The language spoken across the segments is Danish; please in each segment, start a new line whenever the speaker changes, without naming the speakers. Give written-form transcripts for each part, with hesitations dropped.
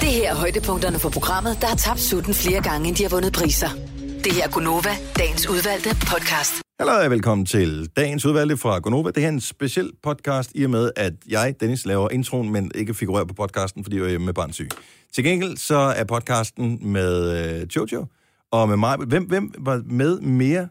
Det her er højdepunkterne for programmet, der har tabt sutten flere gange, end de har vundet priser. Det her er Gonova, dagens udvalgte podcast.
Hallo og velkommen til dagens udvalgte fra Gonova. Det her er en speciel podcast, i og med, at jeg, Dennis, laver introen, men ikke figurerer på podcasten, fordi jeg er hjemme med barnsyg. Til gengæld så er podcasten med Jojo og med mig. Hvem var med mere?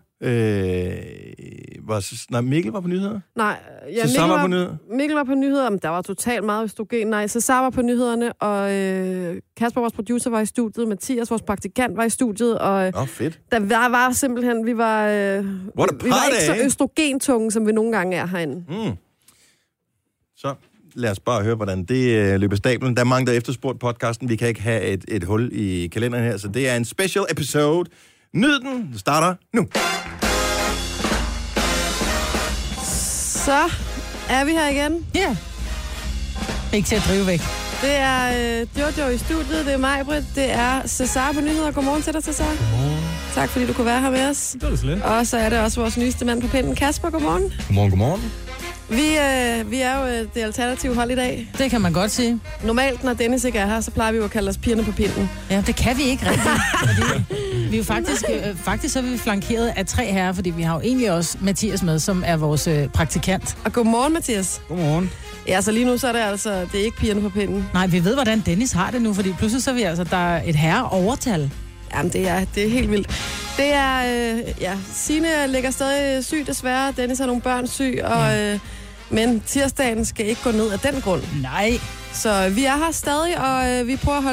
Mikkel var på nyheder?
Nej, ja, Mikkel var på nyheder, men der var totalt meget østrogen. Nej, Cesar var på nyhederne, og Kasper, vores producer, var i studiet. Mathias, vores praktikant, var i studiet. Og
fedt.
Der var simpelthen, vi var ikke så østrogentunge, som vi nogle gange er herinde.
Så lad os bare høre, hvordan det løber stablen. Der er mange, der efterspurgt podcasten. Vi kan ikke have et hul i kalenderen her, så det er en special episode. Nyd den. Det starter nu.
Så er vi her igen.
Ja. Yeah. Ikke til at drive væk.
Det er Jojo i studiet, det er Majbrit, det er Cesar på nyheder. Godmorgen til dig, Cesar.
Godmorgen.
Tak fordi du kunne være her med os.
Det var det så lidt.
Og så er det også vores nyeste mand på pinden, Kasper. Godmorgen.
Godmorgen.
Vi er jo det alternative hold i dag.
Det kan man godt sige.
Normalt, når Dennis ikke er her, så plejer vi jo at kalde os pigerne på pinden.
Ja, det kan vi ikke rigtigt. Fordi vi er jo faktisk så er vi flankeret af 3 herrer, fordi vi har jo egentlig også Mathias med, som er vores praktikant.
Og godmorgen, Mathias.
Godmorgen.
Ja, så lige nu så er det er ikke pigerne på pinden.
Nej, vi ved, hvordan Dennis har det nu, fordi pludselig så er vi der er et herre-overtal.
Jamen, det er helt vildt. Det er, Signe ligger stadig syg desværre. Dennis har nogle børn syg, og... Men tirsdagen skal ikke gå ned af den grund.
Nej.
Så vi er her stadig, og vi prøver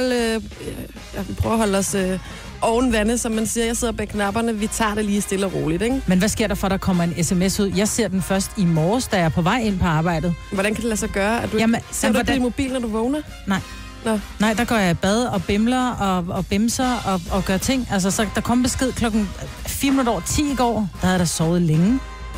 at holde os oven vande, som man siger. Jeg sidder bag knapperne. Vi tager det lige stille og roligt, ikke?
Men hvad sker der for, der kommer en sms ud? Jeg ser den først i morges, da jeg er på vej ind på arbejdet.
Hvordan kan det lade sig gøre? At du ser du på din mobil, når du vågner?
Nej.
Nå.
Nej, der går jeg i bad og bimler og bimser og gør ting. Altså, så der kom besked klokken 10:04 i går. Der havde der sovet længe.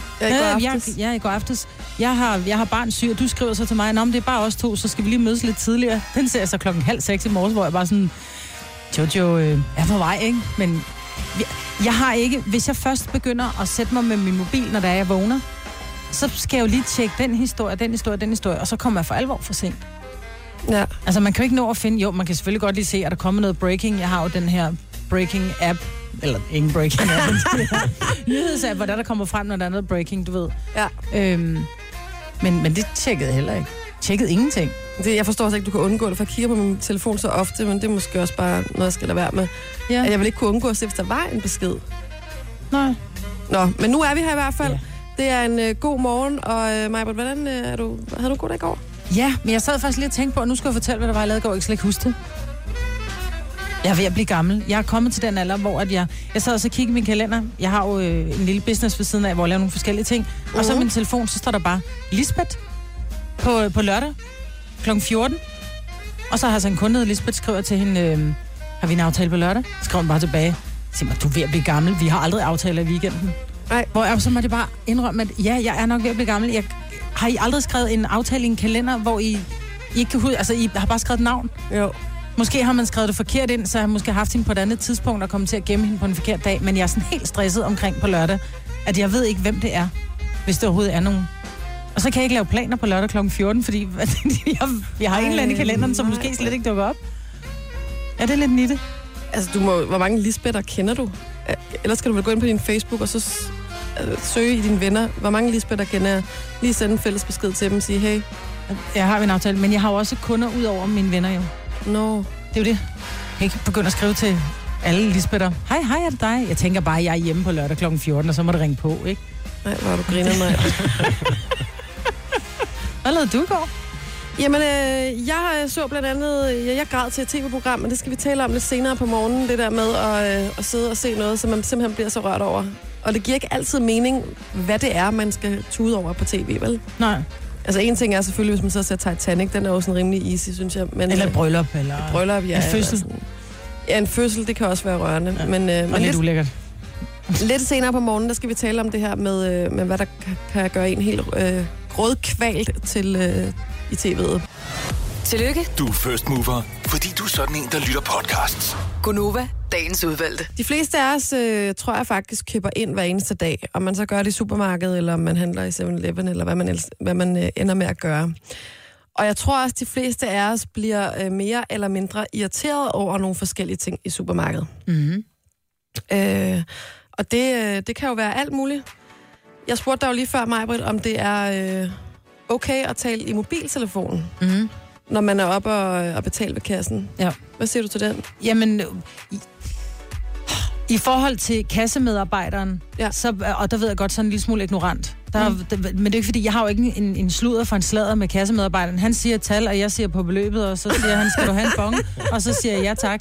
I går aftes. Jeg har barn syg, og du skriver så til mig, om det er bare os 2, så skal vi lige mødes lidt tidligere. Den ser jeg så 5:30 i morges, hvor jeg bare sådan, Jojo er på vej, ikke? Men jeg har ikke, hvis jeg først begynder at sætte mig med min mobil, når jeg vågner, så skal jeg jo lige tjekke den historie, og så kommer jeg for alvor for sent.
Ja.
Altså, man kan jo ikke nå at finde, jo, man kan selvfølgelig godt lige se, at der kommer noget breaking. Jeg har jo den her breaking-app, eller ingen breaking app, nyhedsapp, hvor der kommer frem, når der er noget breaking, du ved.
Ja.
Men det tjekkede jeg heller ikke. Tjekkede ingenting.
Jeg forstår også ikke, du kan undgå det, for jeg kigger på min telefon så ofte, men det er måske også bare noget, jeg skal lade være med. Ja. At jeg vil ikke kunne undgå at se, hvis der var en besked.
Nej.
Nå, men nu er vi her i hvert fald.
Ja.
Det er en god morgen, og Majbert, hvordan havde du en god dag i går?
Ja, men jeg sad faktisk lige og tænkte på, at nu skal jeg fortælle, hvad der var, jeg lavede i går. Jeg kan slet ikke huske det. Jeg er ved at blive gammel. Jeg er kommet til den alder, hvor jeg sad og så kiggede i min kalender. Jeg har jo en lille business ved siden af, hvor jeg laver nogle forskellige ting. Og så min telefon, så står der bare Lisbeth på lørdag kl. 14. Og så har så en kunde, der Lisbeth, skriver til hende, har vi en aftale på lørdag? Så skriver hun bare tilbage. Siger mig, du er ved at blive gammel. Vi har aldrig aftaler i weekenden.
Nej.
Hvor jeg så må det bare indrømme, at ja, jeg er nok ved at blive gammel. Har I aldrig skrevet en aftale i en kalender, hvor I ikke kan huske, altså I har bare skrevet et navn?
Jo.
Måske har man skrevet det forkert ind, så jeg har måske haft hende på et andet tidspunkt og kommet til at gemme hende på en forkert dag, men jeg er sådan helt stresset omkring på lørdag, at jeg ved ikke, hvem det er, hvis det overhovedet er nogen. Og så kan jeg ikke lave planer på lørdag kl. 14, fordi jeg har en eller anden i kalenderen, som måske slet ikke dukker op. Er det lidt nitte?
Altså, hvor mange Lisbeth'er kender du? Ellers skal du vel gå ind på din Facebook og så søge i dine venner. Hvor mange Lisbeth'er kender jeg? Lige sende en fælles besked til dem og sige, hey.
Jeg har en aftale, men jeg har jo også kunder ud over mine venner jo.
No.
Det er jo det. Jeg kan ikke begynde at skrive til alle Lisbeth'er. Hej, er det dig? Jeg tænker bare, at jeg er hjemme på lørdag kl. 14, og så må det ringe på, ikke?
Nej, hvor du griner mig.
Hvad lavede du i går?
Jamen, jeg så blandt andet, jeg græd til et tv-program, men det skal vi tale om lidt senere på morgenen, det der med at sidde og se noget, som man simpelthen bliver så rørt over. Og det giver ikke altid mening, hvad det er, man skal tude over på tv, vel?
Nej.
Altså en ting er selvfølgelig, hvis man så ser Titanic, den er jo sådan rimelig easy, synes jeg. Men,
eller bryllup, eller
bryllup, ja,
en fødsel.
Ja, en fødsel, det kan også være rørende.
Ja.
Men
og lidt ulækkert.
Lidt senere på morgenen, der skal vi tale om det her med hvad der kan gøre en helt grådkvalt til i tv'et.
Tillykke.
Du er first mover, fordi du er sådan en, der lytter podcasts.
Gonova, dagens udvalgte.
De fleste af os, tror jeg faktisk, køber ind hver eneste dag. Om man så gør det i supermarkedet, eller om man handler i 7-Eleven, eller hvad man ender med at gøre. Og jeg tror også, at de fleste af os bliver mere eller mindre irriteret over nogle forskellige ting i supermarkedet.
Mm-hmm.
Og det kan jo være alt muligt. Jeg spurgte dig jo lige før, Maj-Brit, om det er okay at tale i mobiltelefonen, når man er oppe og betale ved kassen.
Ja.
Hvad siger du til den?
Jamen, i forhold til kassemedarbejderen, og der ved jeg godt sådan en lille smule ignorant. Men det er ikke fordi, jeg har jo ikke en sludder for en sladder med kassemedarbejderen. Han siger tal, og jeg siger på beløbet, og så siger han, skal du have en bong? Og så siger jeg ja tak.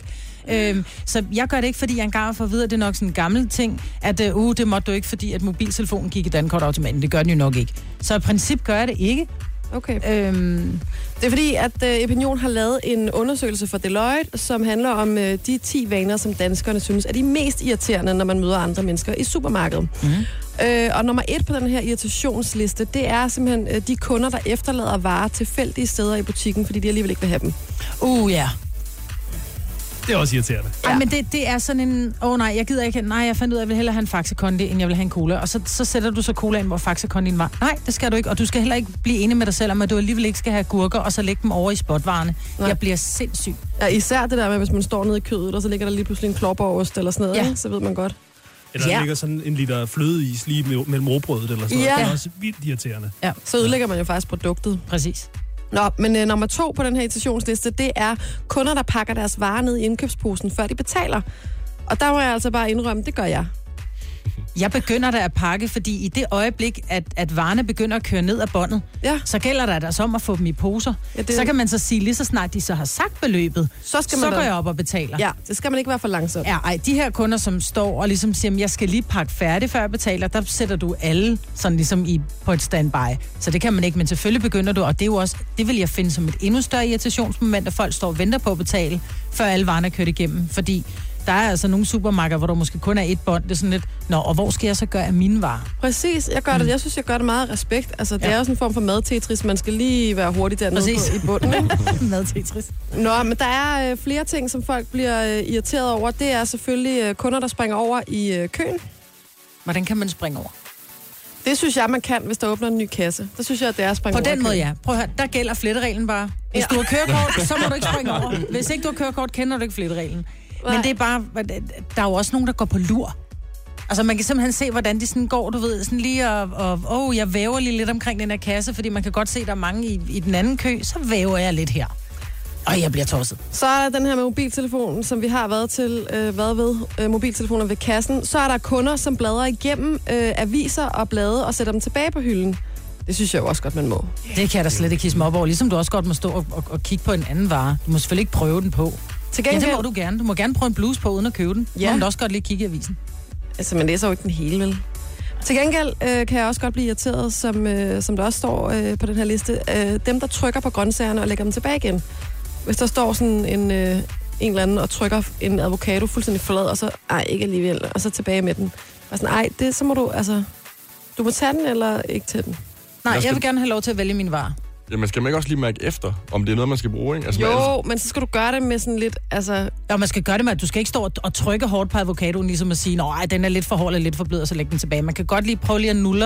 Så jeg gør det ikke, fordi jeg engang får at vide, at det er nok sådan en gammel ting, at det måtte du ikke, fordi at mobiltelefonen gik i dankortautomaten. Det gør den jo nok ikke. Så i princip gør jeg det ikke.
Okay. Det er fordi, at Epinion har lavet en undersøgelse for Deloitte, som handler om de 10 vaner, som danskerne synes er de mest irriterende, når man møder andre mennesker i supermarkedet. Og nummer 1 på den her irritationsliste, det er simpelthen de kunder, der efterlader varer tilfældige steder i butikken, fordi de alligevel ikke vil have dem.
Ja.
Det er også irriterende.
Ja. Men det er sådan en, nej, jeg gider ikke, jeg fandt ud af, at jeg vil hellere have en Faxe Kondi, end jeg vil have en cola. Og så sætter du så cola ind, hvor Faxe Kondien var. Nej, det skal du ikke, og du skal heller ikke blive enig med dig selv om, at du alligevel ikke skal have gurker, og så lægge dem over i spotvarerne. Nej. Jeg bliver sindssyg.
Ja, især det der med, hvis man står nede i kødet, og så ligger der lige pludselig en klopperost eller sådan noget, så ved man godt.
Eller der ligger sådan en liter flødeis lige mellem råbrødet eller sådan noget. Det er også vildt irriterende.
Ja, så ødelægger man jo faktisk produktet.
Præcis.
Nå, men nummer 2 på den her irritationsliste, det er kunder, der pakker deres varer ned i indkøbsposen, før de betaler. Og der må jeg altså bare indrømme, det gør jeg.
Jeg begynder da at pakke, fordi i det øjeblik, at varerne begynder at køre ned ad båndet, så gælder der altså om at få dem i poser. Ja, så kan man så sige, lige så snart de så har sagt beløbet, så går jeg op og betaler.
Ja, det skal man ikke være for langsomt.
Ja, de her kunder, som står og ligesom siger, jeg skal lige pakke færdig, før jeg betaler, der sætter du alle sådan ligesom på et standby. Så det kan man ikke, men selvfølgelig begynder du, og det er jo også, det vil jeg finde som et endnu større irritationsmoment, at folk står og venter på at betale, før alle varerne er kørt igennem, fordi der er altså nogle supermarkeder, hvor der måske kun er et bånd. Det er sådan lidt, og hvor skal jeg så gøre af mine varer?
Præcis, jeg gør det. Jeg synes, jeg gør det meget respekt. Altså, det er jo sådan en form for madtetris. Man skal lige være hurtig dernede i bunden, ikke?
Madtetris.
Nå, men der er flere ting, som folk bliver irriteret over. Det er selvfølgelig kunder, der springer over i køen.
Hvordan kan man springe over?
Det synes jeg, man kan, hvis der åbner en ny kasse. Der synes jeg, at det er at springe over.
På den måde, ja. Prøv at høre, der gælder flettereglen bare. Hvis du har kørekort, så må du ikke springe over. Hvis ikke du har kørekort, kender du ikke flettereglen. Men det er bare, der er jo også nogen, der går på lur. Altså, man kan simpelthen se, hvordan de sådan går, du ved, sådan lige jeg væver lige lidt omkring den her kasse, fordi man kan godt se, at der er mange i den anden kø, så væver jeg lidt her. Og jeg bliver tosset.
Så er der den her med mobiltelefonen, som vi har været ved mobiltelefoner ved kassen. Så er der kunder, som bladrer igennem aviser og blade og sætter dem tilbage på hylden. Det synes jeg jo også godt, man må.
Det kan jeg da slet ikke hisse mig op over. Ligesom du også godt må stå og kigge på en anden vare. Du må selvfølgelig ikke prøve den på. Til gengæld... Ja, det må du gerne. Du må gerne prøve en bluse på, uden at købe den. Ja. Må man også godt lige kigge i avisen.
Altså, man læser jo ikke den hele, vel? Til gengæld kan jeg også godt blive irriteret, som der også står på den her liste. Dem, der trykker på grøntsagerne og lægger dem tilbage igen. Hvis der står sådan en eller anden og trykker en avocado fuldstændig flad, og så, ikke alligevel, og så tilbage med den. Og sådan, så må du, altså, du må tage den, eller ikke tage den.
Nej, jeg vil gerne have lov til at vælge min vare.
Jamen, skal man ikke også lige mærke efter, om det er noget, man skal bruge, ikke? Altså,
jo, men så skal du gøre det med sådan lidt, altså...
Ja, man skal gøre det med, at du skal ikke stå og trykke hårdt på avocadoen, ligesom at sige, nej, den er lidt for hård eller lidt for blød, og så lægge den tilbage. Man kan godt lige prøve lige at nuller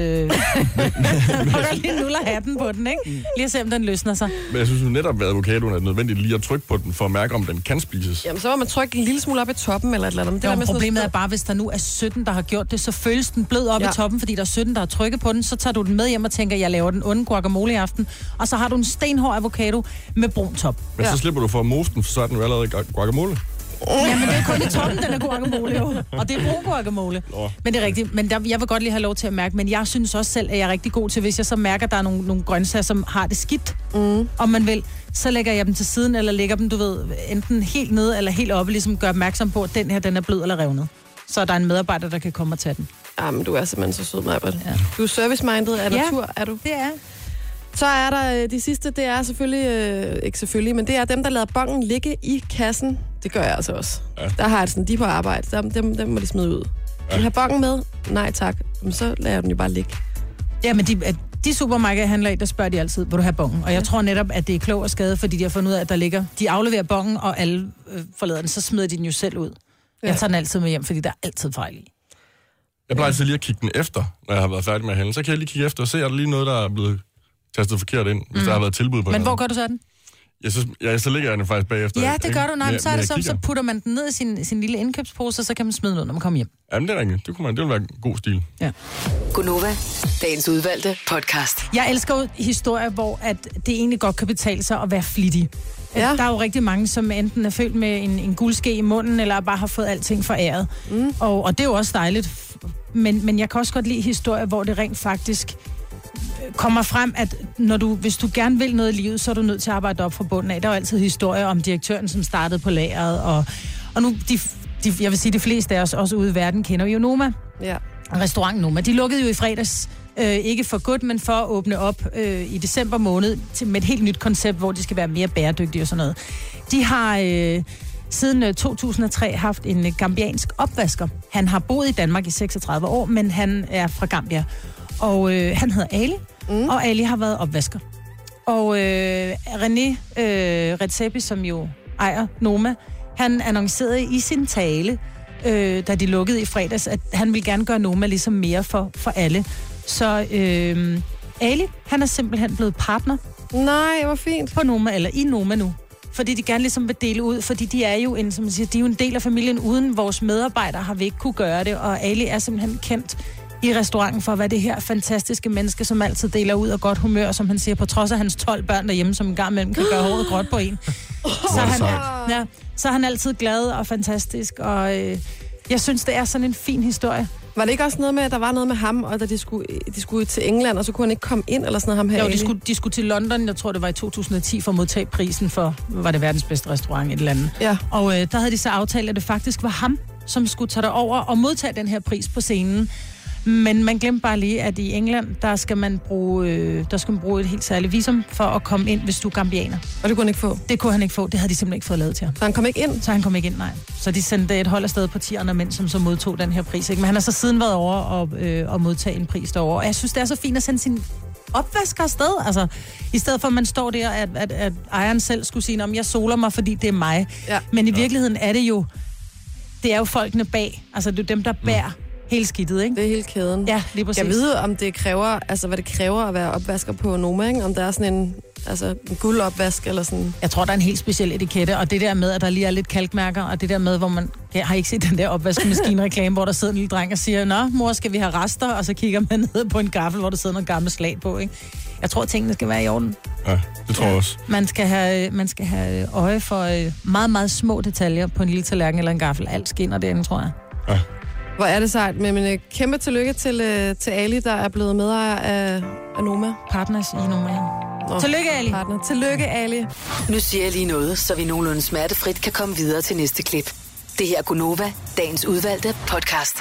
hatten på den, ikke? Lige at se, om den løsner sig.
Men jeg synes jo netop, at avocadoen er nødvendigt lige at trykke på den, for at mærke, om den kan spises.
Jamen, så må man trykke en lille smule op i toppen, eller et eller andet.
Det problemet er bare, hvis der nu er 17, der har gjort det, så føles den blød op i toppen, fordi der er 17, der har trykket på den, så tager du den med hjem og tænker, jeg laver den onde guacamole i aften, og så har du en stenhård avocado med brun top.
Men så slipper du for at mose den, for så er den jo allerede guacamole.
Ja, men det er kun i toppen, den er guacamole jo. Og det er brun guacamole. Men det er rigtigt. Men jeg vil godt lige have lov til at mærke, men jeg synes også selv, at jeg er rigtig god til, hvis jeg så mærker, at der er nogle grøntsager, som har det skidt, om man vil, så lægger jeg dem til siden, eller lægger dem, du ved, enten helt nede eller helt oppe, ligesom gør opmærksom på, at den her, den er blød eller revnet. Så er der en medarbejder, der kan komme og tage den.
Jamen, du er simpelthen så sød, Maj-Brit. Ja. Du er service-minded af natur, er du?
Det er.
Så er der de sidste, det er selvfølgelig, ikke selvfølgelig, men det er dem, der lader bongen ligge i kassen. Det gør jeg altså også. Ja. Der har jeg sådan, de er på arbejde, dem må de smide ud. Ja. Vil have bongen med? Nej tak. Men så lader jeg den jo bare ligge.
Ja, men de supermarkedhandler i, der spørger de altid, vil du have bongen? Og jeg tror netop, at det er klog og skade, fordi de har fundet ud af, at der ligger, de afleverer bongen, og alle forlader den, så smider de den jo selv ud. Ja. Jeg tager den altid med hjem, fordi der er altid fejl i.
Jeg plejer altid lige at kigge den efter, når jeg har været færdig med at handle. Så kan jeg lige kigge efter og se, er der lige noget, der er blevet tastet forkert ind, hvis der har været tilbud på.
Men hvor gør du så den?
Så ligger jeg den faktisk bagefter.
Ja, det gør du. Nej, så er det så putter man den ned i sin lille indkøbspose, og så kan man smide den ud, når man kommer hjem.
Jamen, det er rigtigt. Det vil være en god stil.
Ja.
Gunova, dagens udvalgte podcast.
Jeg elsker jo historier, hvor at det egentlig godt kan betale sig at være flittig. Ja. Der er jo rigtig mange, som enten er født med en guldske i munden, eller bare har fået alting foræret. Og det er jo også dejligt. Men jeg kan også godt lide historier, hvor det rent faktisk kommer frem, at hvis du gerne vil noget i livet, så er du nødt til at arbejde op fra bunden af. Der er jo altid historier om direktøren, som startede på lageret, og nu, jeg vil sige, de fleste af os også ude i verden kender jo Noma.
Ja.
Restaurant Noma. De lukkede jo i fredags, ikke for godt, men for at åbne op i december måned med et helt nyt koncept, hvor de skal være mere bæredygtige og sådan noget. De har siden 2003 haft en gambiansk opvasker. Han har boet i Danmark i 36 år, men han er fra Gambia. Og han hedder Ali, og Ali har været opvasker. Og René Redzepi, som jo ejer Noma, han annoncerede i sin tale, da de lukkede i fredags, at han vil gerne gøre Noma ligesom mere for alle. Så Ali, han er simpelthen blevet partner.
Nej, hvor fint.
På Noma, eller i Noma nu. Fordi de gerne ligesom vil dele ud, fordi de er jo som man siger, de er jo en del af familien. Uden vores medarbejdere har vi ikke kunne gøre det, og Ali er simpelthen kendt i restauranten for at være det her fantastiske menneske, som altid deler ud af godt humør, som han siger, på trods af hans 12 børn derhjemme, som en gang imellem kan gøre håret gråt på en. Så er han altid glad og fantastisk, og jeg synes, det er sådan en fin historie.
Var det ikke også noget med, at der var noget med ham, og da de skulle til England, og så kunne han ikke komme ind, eller sådan noget, ham her?
Jo, de skulle til London, jeg tror, det var i 2010, for at modtage prisen for, var det verdens bedste restaurant i et eller andet. Ja. Og der havde de så aftalt, at det faktisk var ham, som skulle tage derover og modtage den her pris på scenen. Men man glemte bare lige, at i England, der skal man bruge et helt særligt visum for at komme ind, hvis du er gambianer.
Og det kunne han ikke få?
Det kunne han ikke få. Det havde de simpelthen ikke fået lavet til.
Så han kom ikke ind?
Så han kom ikke ind, nej. Så de sendte et hold afsted på 10 andre mænd, som så modtog den her pris. Ikke? Men han har så siden været over og modtage en pris derovre. Og jeg synes, det er så fint at sende sin opvasker afsted. Altså, i stedet for, at man står der, at ejeren selv skulle sige, om jeg soler mig, fordi det er mig. Ja. Men i virkeligheden er det er jo folkene bag. Altså, det er dem, der bærer hele skidtet, ikke?
Det er hele kæden.
Ja, lige præcis.
Jeg ved, om det kræver, altså hvad det kræver at være opvasker på Noma, ikke? Om der er sådan en guldopvask eller sådan.
Jeg tror, der er en helt speciel etikette, og det der med, at der lige er lidt kalkmærker, og det der med, hvor man har ikke set den der opvaskemaskine-reklame, hvor der sidder en lille dreng og siger, nå, mor, skal vi have rester? Og så kigger man ned på en gaffel, hvor der sidder noget gammelt slag på, ikke? Jeg tror, tingene skal være i orden.
Ja, det tror jeg også.
Man skal have øje for meget, meget små detaljer på en lille tallerken eller en gaffel. Alt skinner derinde, tror jeg.
Ja. Hvor er det sejt. Men kæmpe tillykke til Ali, der er blevet medejer af Noma.
Partners i Noma, ja. Tillykke, Ali.
Partner. Tillykke, Ali.
Nu siger jeg lige noget, så vi nogenlunde smertefrit kan komme videre til næste klip. Det her er Gunova, dagens udvalgte podcast.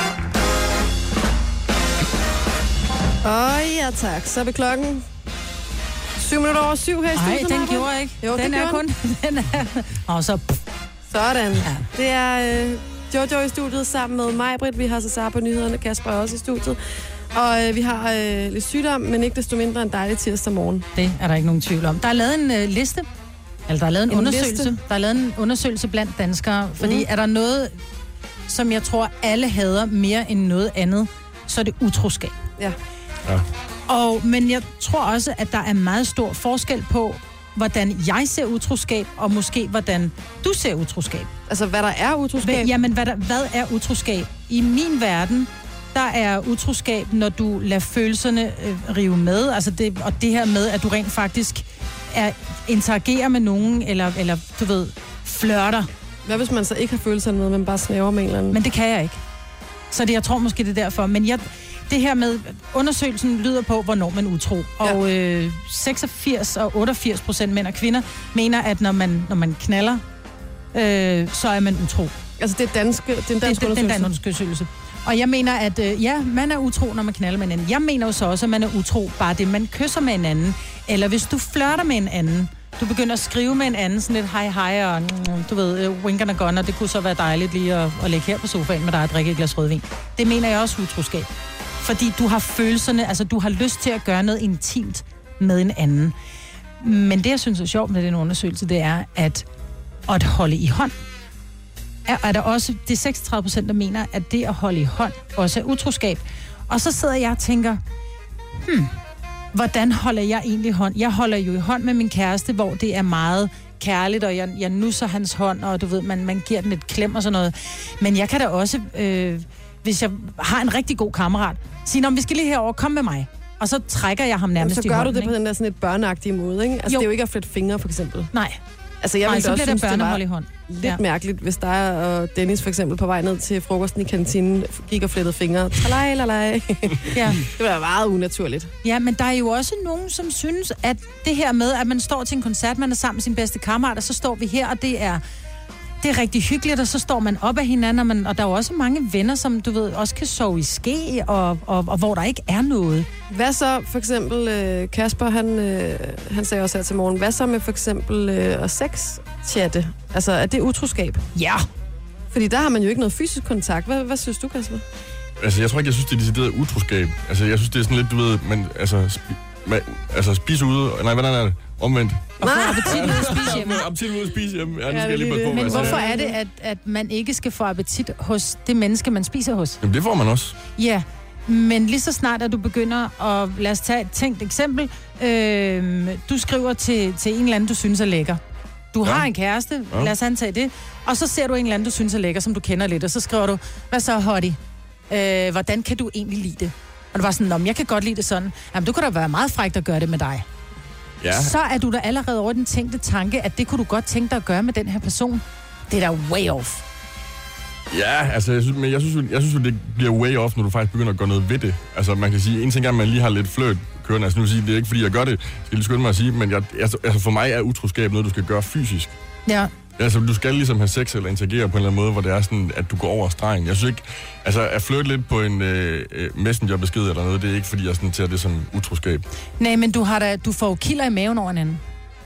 Ja tak. Så er vi klokken 7:07 her i studiet.
Nej, den gjorde jeg ikke.
Jo,
den er kun. Den er. Og så.
Sådan. Ja. Det er Jojo i studiet sammen med mig, Britt. Vi har Cesar på nyhederne, Kasper også i studiet. Og vi har lidt sygdom, men ikke desto mindre en dejlig tirsdag morgen.
Det er der ikke nogen tvivl om. Der er lavet en liste. Eller der er lavet en undersøgelse. Liste. Der er lavet en undersøgelse blandt danskere. Fordi er der noget, som jeg tror, alle hader mere end noget andet, så er det utroskab.
Ja.
Men jeg tror også, at der er meget stor forskel på, hvordan jeg ser utroskab, og måske hvordan du ser utroskab.
Altså, hvad der er utroskab?
Jamen, hvad er utroskab? I min verden, der er utroskab, når du lader følelserne rive med. Altså og det her med, at du rent faktisk interagerer med nogen, eller du ved, flirter.
Hvad hvis man så ikke har følelserne med, men bare snæver med en eller anden?
Men det kan jeg ikke. Så jeg tror måske, det er derfor. Men det her med, undersøgelsen lyder på, hvornår man er utro. Og 86 og 88% mænd og kvinder mener, at når man knaller, så er man utro.
Altså det er en dansk undersøgelse? Det er en dansk
undersøgelse. Og jeg mener, at man er utro, når man knaller med en anden. Jeg mener jo så også, at man er utro, bare det, man kysser med en anden. Eller hvis du flirter med en anden, du begynder at skrive med en anden, sådan lidt hej, og du ved, winkerne gone, og det kunne så være dejligt lige at ligge her på sofaen med dig og drikke et glas rødvin. Det mener jeg også utroskab. Fordi du har følelserne, altså du har lyst til at gøre noget intimt med en anden. Men det, jeg synes er sjovt med den undersøgelse, det er, at holde i hånd. Er der også, det er 36%, der mener, at det at holde i hånd også er utroskab. Og så sidder jeg og tænker, Hvordan holder jeg egentlig hånd? Jeg holder jo i hånd med min kæreste, hvor det er meget kærligt, og jeg nusser hans hånd, og du ved, man giver den et klem og sådan noget. Men jeg kan da også, hvis jeg har en rigtig god kammerat, sige, vi skal lige herover, kom med mig. Og så trækker jeg ham nærmest i hånden.
Så gør du det på den der sådan et børneagtige måde, ikke? Altså, det er jo ikke at flytte fingre, for eksempel.
Nej.
Altså, jeg
så bliver det børnehold i hånd.
Lidt mærkeligt, hvis dig og Dennis for eksempel på vej ned til frokosten i kantinen gik og flettede fingre. Talej, lalej. Ja. Det var meget unaturligt.
Ja, men der er jo også nogen, som synes, at det her med, at man står til en koncert, man er sammen med sin bedste kammerat, og så står vi her, og det er rigtig hyggeligt, og så står man op af hinanden, og der er jo også mange venner, som du ved, også kan sove i ske, og hvor der ikke er noget.
Hvad så, for eksempel, Kasper, han sagde også her til morgen, hvad så med for eksempel at sex-chatte? Altså, er det utroskab?
Ja.
Fordi der har man jo ikke noget fysisk kontakt. Hvad synes du, Kasper?
Altså, jeg tror ikke, jeg synes, det er decideret utroskab. Altså, jeg synes, det er sådan lidt, du ved, men spise ude, nej, hvordan er det? Omvendt.
Og få appetit ud at spise hjemme.
Appetit ud at spise hjemme. Ja, nu skal jeg lige på.
Men hvorfor er det, at man ikke skal få appetit hos det menneske, man spiser hos?
Jamen, det får man også.
Ja, men lige så snart, at du begynder at... Lad os tage et tænkt eksempel. Du skriver til en eller anden, du synes er lækker. Du har en kæreste, lad os antage det. Og så ser du en eller anden, du synes er lækker, som du kender lidt. Og så skriver du, hvad så, hottie? Hvordan kan du egentlig lide det? Og du var sådan, jeg kan godt lide det sådan. Jamen, du kunne da være meget frækt at gøre det med dig. Ja. Så er du da allerede over den tænkte tanke, at det kunne du godt tænke dig at gøre med den her person. Det er da way off.
Ja, altså, jeg synes jo, det bliver way off, når du faktisk begynder at gøre noget ved det. Altså, man kan sige, en ting er, at man lige har lidt fløjt kørende. Altså, nu vil sige, det er ikke fordi, jeg gør det, skal jeg lige skynde mig at sige, men for mig er utroskab noget, du skal gøre fysisk.
Ja.
Altså, du skal ligesom have sex eller interagere på en eller anden måde, hvor det er sådan, at du går over stregen. Jeg synes ikke, altså, at flirte lidt på en messengerbesked eller noget, det er ikke, fordi jeg sådan tager det som utroskab.
Nej, men du får jo kilder i maven over en anden.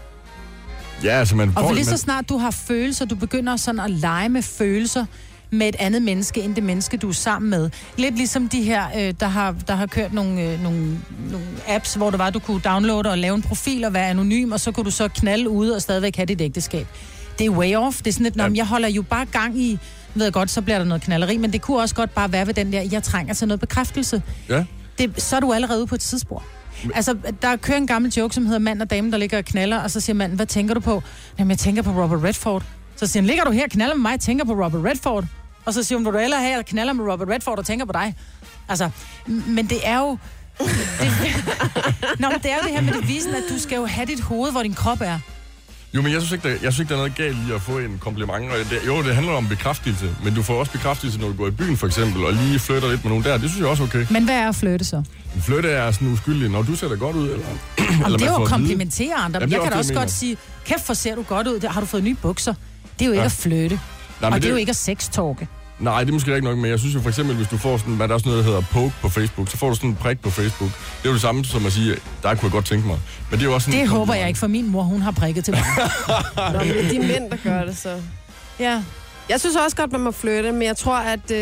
Ja, altså, man får...
Og lige så snart du har følelser, du begynder sådan at lege med følelser med et andet menneske, end det menneske, du er sammen med. Lidt ligesom de her, der har kørt nogle apps, hvor det var, du kunne downloade og lave en profil og være anonym, og så kunne du så knalde ude og stadigvæk have dit ægteskab. Det er way off. Det er sådan lidt, jeg holder jo bare gang i, ved jeg godt, så bliver der noget knalleri, men det kunne også godt bare være ved den der, jeg trænger til noget bekræftelse. Ja. Så er du allerede ude på et tidsspor. Altså, der kører en gammel joke, som hedder mand og dame, der ligger og knaller, og så siger manden, hvad tænker du på? Jamen, jeg tænker på Robert Redford. Så siger han, ligger du her og knaller med mig, tænker på Robert Redford? Og så siger hun, du hellere her og knaller med Robert Redford og tænker på dig. Altså, men det er jo... men det er jo det her med det visen, at du skal jo have dit hoved, hvor din krop er.
Jo, men jeg synes ikke, der er noget galt i at få en kompliment. Det handler om bekræftelse, men du får også bekræftelse, når du går i byen, for eksempel, og lige flytter lidt med nogen der. Det synes jeg også okay.
Men hvad er at flytte så?
En flytte er sådan uskyldig, når du ser da godt ud, eller...
eller det er jo at komplimentere andre. Jeg kan da også godt sige, kæft, hvor ser du godt ud. Har du fået nye bukser? Det er jo ikke at flytte. Og det er jo ikke at sextalke.
Nej, det er måske ikke nok, men jeg synes jo for eksempel, hvis du får sådan, hvad der er sådan noget, der hedder poke på Facebook, så får du sådan en prik på Facebook. Det er jo det samme som at sige, der kunne jeg godt tænke mig. Men det er jo også sådan,
det håber jeg ikke, for min mor, hun har prikket til mig.
Det er de mænd, der gør det så. Ja. Jeg synes også godt, man må flytte, men jeg tror,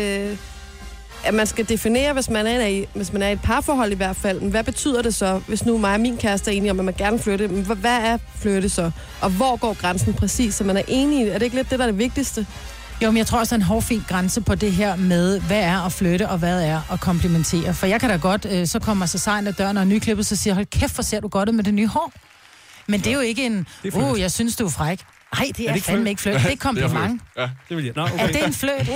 at man skal definere, hvis man er i et parforhold i hvert fald. Hvad betyder det så, hvis nu mig og min kæreste er enige om, at man gerne vil flytte? Hvad er flytte så? Og hvor går grænsen præcis, så man er enig i? Er det ikke lidt det, der er det vigtigste?
Jo, men jeg tror også, der er en hårfin grænse på det her med, hvad er at flytte, og hvad er at komplimentere. For jeg kan da godt, så kommer så sejren af døren og nyklippet, så siger, hold kæft, hvor ser du godt ud med det nye hår. Men det er jo ikke en, jeg synes, du er fræk. Nej, det er fandme ikke fløjt. Det er kompliment.
Ja, det vil jeg. Nå, okay.
Er det en fløjt?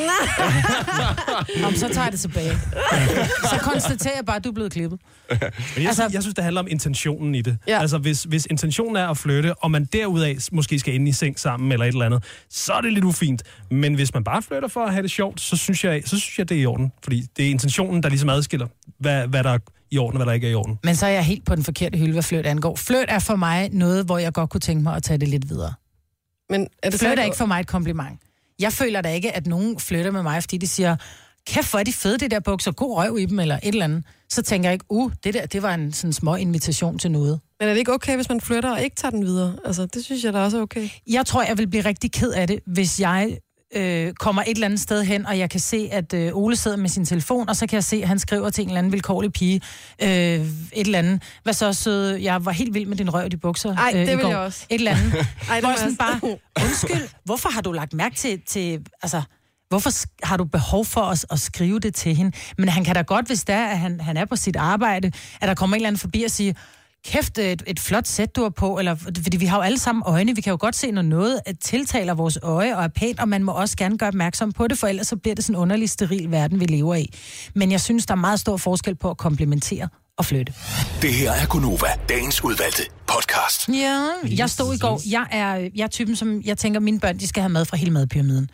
Om så tager jeg det tilbage. Så konstaterer jeg bare, at du er blevet klippet.
Men jeg synes, det handler om intentionen i det. Ja. Altså, hvis intentionen er at flytte, og man derudaf måske skal ind i seng sammen eller et eller andet, så er det lidt ufint. Men hvis man bare flytter for at have det sjovt, så synes jeg, det er i orden. Fordi det er intentionen, der ligesom adskiller, hvad der er i orden, og hvad der ikke er i orden.
Men så er jeg helt på den forkerte hylde, hvad flyt angår. Flyt er for mig noget, hvor jeg godt kunne tænke mig at tage det lidt videre. Men flyt er ikke for mig et kompliment. Jeg føler da ikke, at nogen flytter med mig, fordi de siger, kæft, hvor er de fede, det der bukser, god røv i dem, eller et eller andet. Så tænker jeg ikke, det var en sådan små invitation til noget. Men er det ikke okay, hvis man flytter og ikke tager den videre? Altså, det synes jeg da også er okay. Jeg tror, jeg vil blive rigtig ked af det, hvis jeg kommer et eller andet sted hen, og jeg kan se, at Ole sidder med sin telefon, og så kan jeg se, at han skriver til en eller anden vilkårlig pige, et eller andet. Hvad så sød? Jeg var helt vild med din røv i de bukser.
Ej, det vil jeg også.
Et eller andet. Ej, det sådan bare, undskyld, hvorfor har du lagt mærke til altså, hvorfor har du behov for at skrive det til hende? Men han kan da godt, hvis der, at han er på sit arbejde, at der kommer en eller anden forbi og siger, kæft, et flot sæt, du har på, eller, fordi vi har jo alle sammen øjne, vi kan jo godt se, når noget tiltaler vores øje og er pænt, og man må også gerne gøre opmærksom på det, for ellers så bliver det sådan en underlig, steril verden, vi lever i. Men jeg synes, der er meget stor forskel på at komplimentere og flytte.
Det her er Gonova, dagens udvalgte podcast.
Ja, jeg stod i går. Jeg er typen, som jeg tænker, mine børn, de skal have mad fra hele madpyramiden.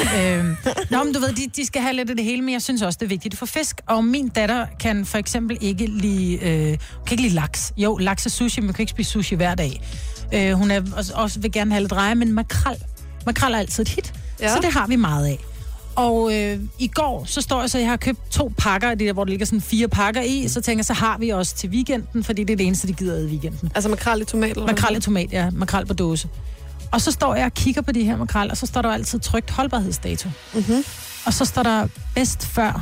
Men du ved, de skal have lidt af det hele, men jeg synes også, det er vigtigt at få fisk. Og min datter kan for eksempel ikke lide laks. Jo, laks og sushi, men kan ikke spise sushi hver dag. Hun er også vil gerne have lidt reje, men makrel er altid et hit. Ja. Så det har vi meget af. Og i går, så står jeg så, jeg har købt 2 pakker af det der, hvor der ligger sådan 4 pakker i, så tænker jeg, så har vi også til weekenden, fordi det er det eneste, de gider i weekenden.
Altså makrel i tomat? Eller
makrel i tomat, ja. Makrel på dåse. Og så står jeg og kigger på de her makrel, og så står der altid trykt holdbarhedsdato. Mm-hmm. Og så står der bedst før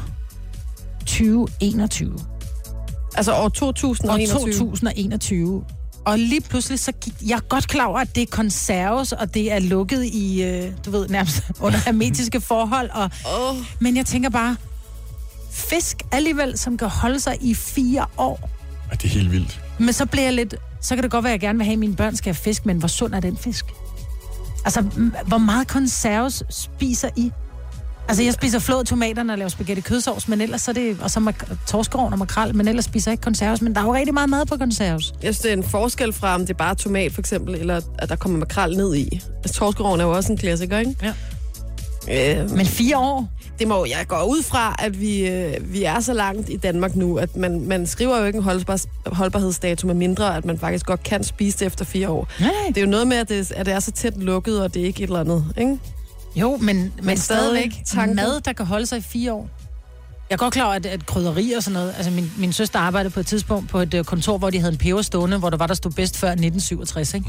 2021.
Altså år 2021?
År 2021. Og lige pludselig, så gik jeg godt klar over, at det er konserves, og det er lukket i, nærmest under hermetiske forhold. Men jeg tænker bare, fisk alligevel, som kan holde sig i 4 år.
Det er helt vildt.
Men så bliver jeg lidt, så kan det godt være, at jeg gerne vil have, at mine børn skal have fisk, men hvor sund er den fisk? Altså, hvor meget konserves spiser I? Altså, jeg spiser flåede tomaterne og laver spaghetti kødsovs, men ellers så er det, og så torskerovn og makrel, men ellers spiser jeg ikke konserves, men der er jo rigtig meget mad på konserves.
Jeg synes, det er en forskel fra, om det er bare tomat, for eksempel, eller at der kommer makrel ned i. Altså, torskerovn er jo også en klassiker, ikke?
Ja. Men 4 år?
Det må jeg gå ud fra, at vi er så langt i Danmark nu, at man skriver jo ikke en holdbarhedsdato, med mindre, at man faktisk godt kan spise det efter 4 år. Nej. Det er jo noget med, at det er så tæt lukket, og det er ikke et eller andet, ikke?
Jo, men stadigvæk mad, der kan holde sig i 4 år. Jeg er godt klar over, at krydderi og sådan noget... Altså, min søster arbejdede på et tidspunkt på et kontor, hvor de havde en peber stående, hvor der stod bedst før 1967, ikke?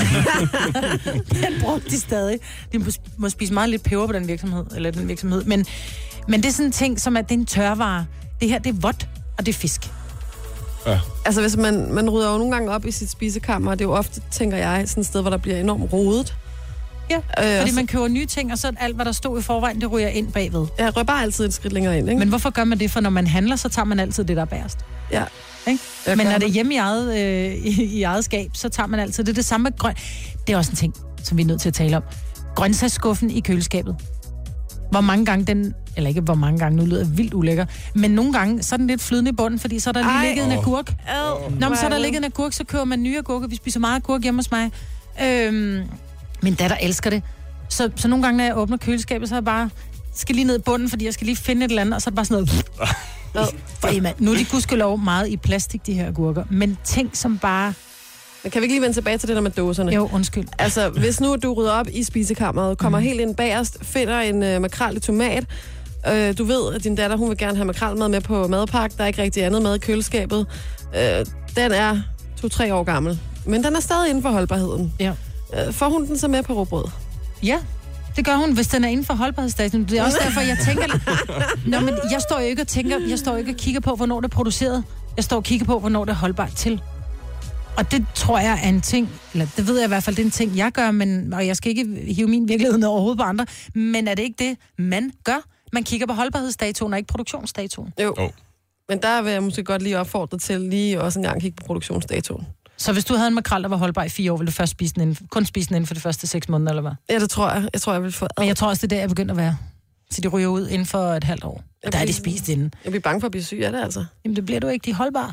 Den brugte de stadig. De må spise meget lidt peber på den virksomhed. Men det er sådan en ting, som at det er en tørvare. Det her, det er vådt, og det er fisk.
Ja. Altså, hvis man rydder jo nogle gange op i sit spisekammer, og det er jo ofte, tænker jeg, sådan et sted, hvor der bliver enormt rodet.
Ja, fordi man køber nye ting, og så alt, hvad der stod i forvejen, det ryger ind bagved.
Ja, rører bare altid et skridt længere ind, ikke?
Men hvorfor gør man det? For når man handler, så tager man altid det, der er bærest.
Ja.
Ikke? Men når det er hjemme i eget skab, så tager man altid det. Det samme med det er også en ting, som vi er nødt til at tale om. Grøntsagsskuffen i køleskabet. Hvor mange gange eller ikke hvor mange gange, nu lyder det vildt ulækker, men nogle gange, så er den lidt flydende i bunden, fordi så er der lige ligget en agurk. Når så er der ligget en agurk, så køber man nye agurker. Vi spiser meget agurk hjemme hos mig. Min datter elsker det. Så nogle gange, når jeg åbner køleskabet, så er jeg bare, skal lige ned i bunden, fordi jeg skal lige finde et eller andet, og så er det bare sådan noget. Nu er de gudskelov meget i plastik, de her agurker. Men ting som bare...
Men kan vi ikke lige vende tilbage til det der med dåserne?
Jo, undskyld.
Altså, hvis nu du rydder op i spisekammeret, kommer helt ind bagerst, finder en makrel i tomat, du ved, at din datter, hun vil gerne have makrelmad med på madpakke, der er ikke rigtig andet mad i køleskabet. Den er 2-3 år gammel, men den er stadig inden for holdbarheden. Ja. Får hun den så med på råbrød?
Ja, det gør hun, hvis den er inden for holdbarhedsdatoen. Det er også derfor, jeg tænker... Nå, men jeg står jo ikke og kigger på, hvornår det er produceret. Jeg står og kigger på, hvornår det er holdbart til. Og det tror jeg er en ting, eller det ved jeg i hvert fald, det er en ting, jeg gør, og jeg skal ikke hive min virkelighed ned overhovedet på andre, men er det ikke det, man gør? Man kigger på holdbarhedsdatoen og ikke produktionsdatoen.
Jo, men der vil jeg måske godt lige opfordre til lige også en gang kigge på produktionsdatoen.
Så hvis du havde en makrel, der var holdbar i 4 år, ville du først kun spise den inden for de første 6 måneder, eller hvad?
Ja, det tror jeg. Jeg tror, jeg vil få...
Men jeg tror også, det er der, jeg begynder at være. Så de ryger ud inden for et halvt år. Der er de spist inden.
Jeg bliver bange for at blive syg af det, altså.
Jamen, det bliver du ikke. De er holdbare.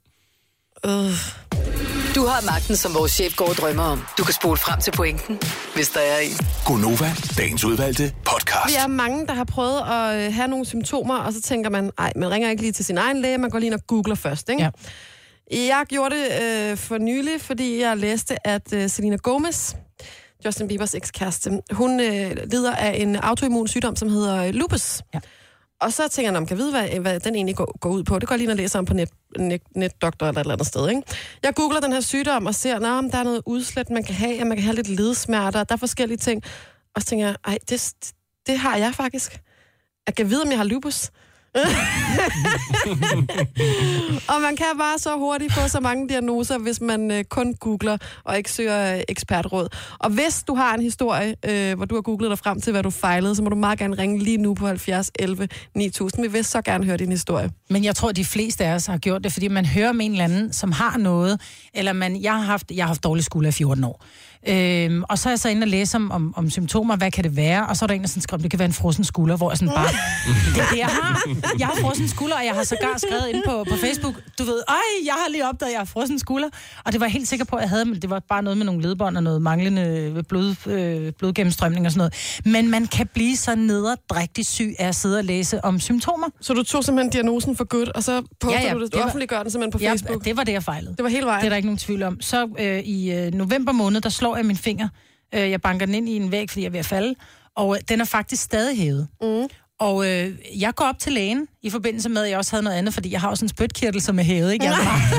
Du har magten, som vores chef går og drømmer om. Du kan spole frem til pointen, hvis der er en.
Gonova, dagens udvalgte podcast.
Vi er mange, der har prøvet at have nogle symptomer, og så tænker man, man ringer ikke lige til sin egen læge, man går lige ind og googler først, ikke? Ja. Jeg gjorde det for nylig, fordi jeg læste, at Selena Gomez, Justin Biebers ekskæreste, hun lider af en autoimmun sygdom, som hedder lupus. Ja. Og så tænker jeg, kan jeg vide, hvad den egentlig går ud på? Det går jeg lige og læser om på netdoktor eller et eller andet sted, ikke? Jeg googler den her sygdom og ser, der er noget udslæt, man kan have, man kan have lidt ledsmerter, der er forskellige ting. Og så tænker jeg, det har jeg faktisk. Jeg kan vide, om jeg har lupus. Og man kan bare så hurtigt få så mange diagnoser, hvis man kun googler og ikke søger ekspertråd. Og hvis du har en historie, hvor du har googlet dig frem til, hvad du fejlede, så må du meget gerne ringe lige nu på 70 11 9000. Vi vil så gerne høre din historie. Men jeg tror, de fleste af os har gjort det, fordi man hører om en eller anden, som har noget, eller jeg har haft dårlig skulder i 14 år. Og så er jeg så inde og læse om symptomer, hvad kan det være? Og så er der en, der skriver, det kan være en frossen skulder, hvor jeg sådan bare, det er det, jeg har. Jeg har frossen skulder, og jeg har sågar skrevet ind på Facebook, du ved, jeg har lige opdaget, at jeg har frossen skulder. Og det var jeg helt sikker på, at jeg havde, men det var bare noget med nogle ledbånd og noget manglende blodgennemstrømning og sådan noget. Men man kan blive så nederdrægtig syg af at sidde og læse om symptomer. Så du tog simpelthen diagnosen for godt, og så poster du det, du offentliggør den simpelthen på Facebook? Ja, det var det, jeg fejlede. Det var hele vejen. Det er der ikke nogen tvivl om. Så i november måned, der slår jeg min finger. Jeg banker den ind i en væg, fordi jeg er ved at falde. Og den er faktisk stadig hævet. Og jeg går op til lægen i forbindelse med, at jeg også havde noget andet, fordi jeg har også en spytkirtel, som er hævet, ikke?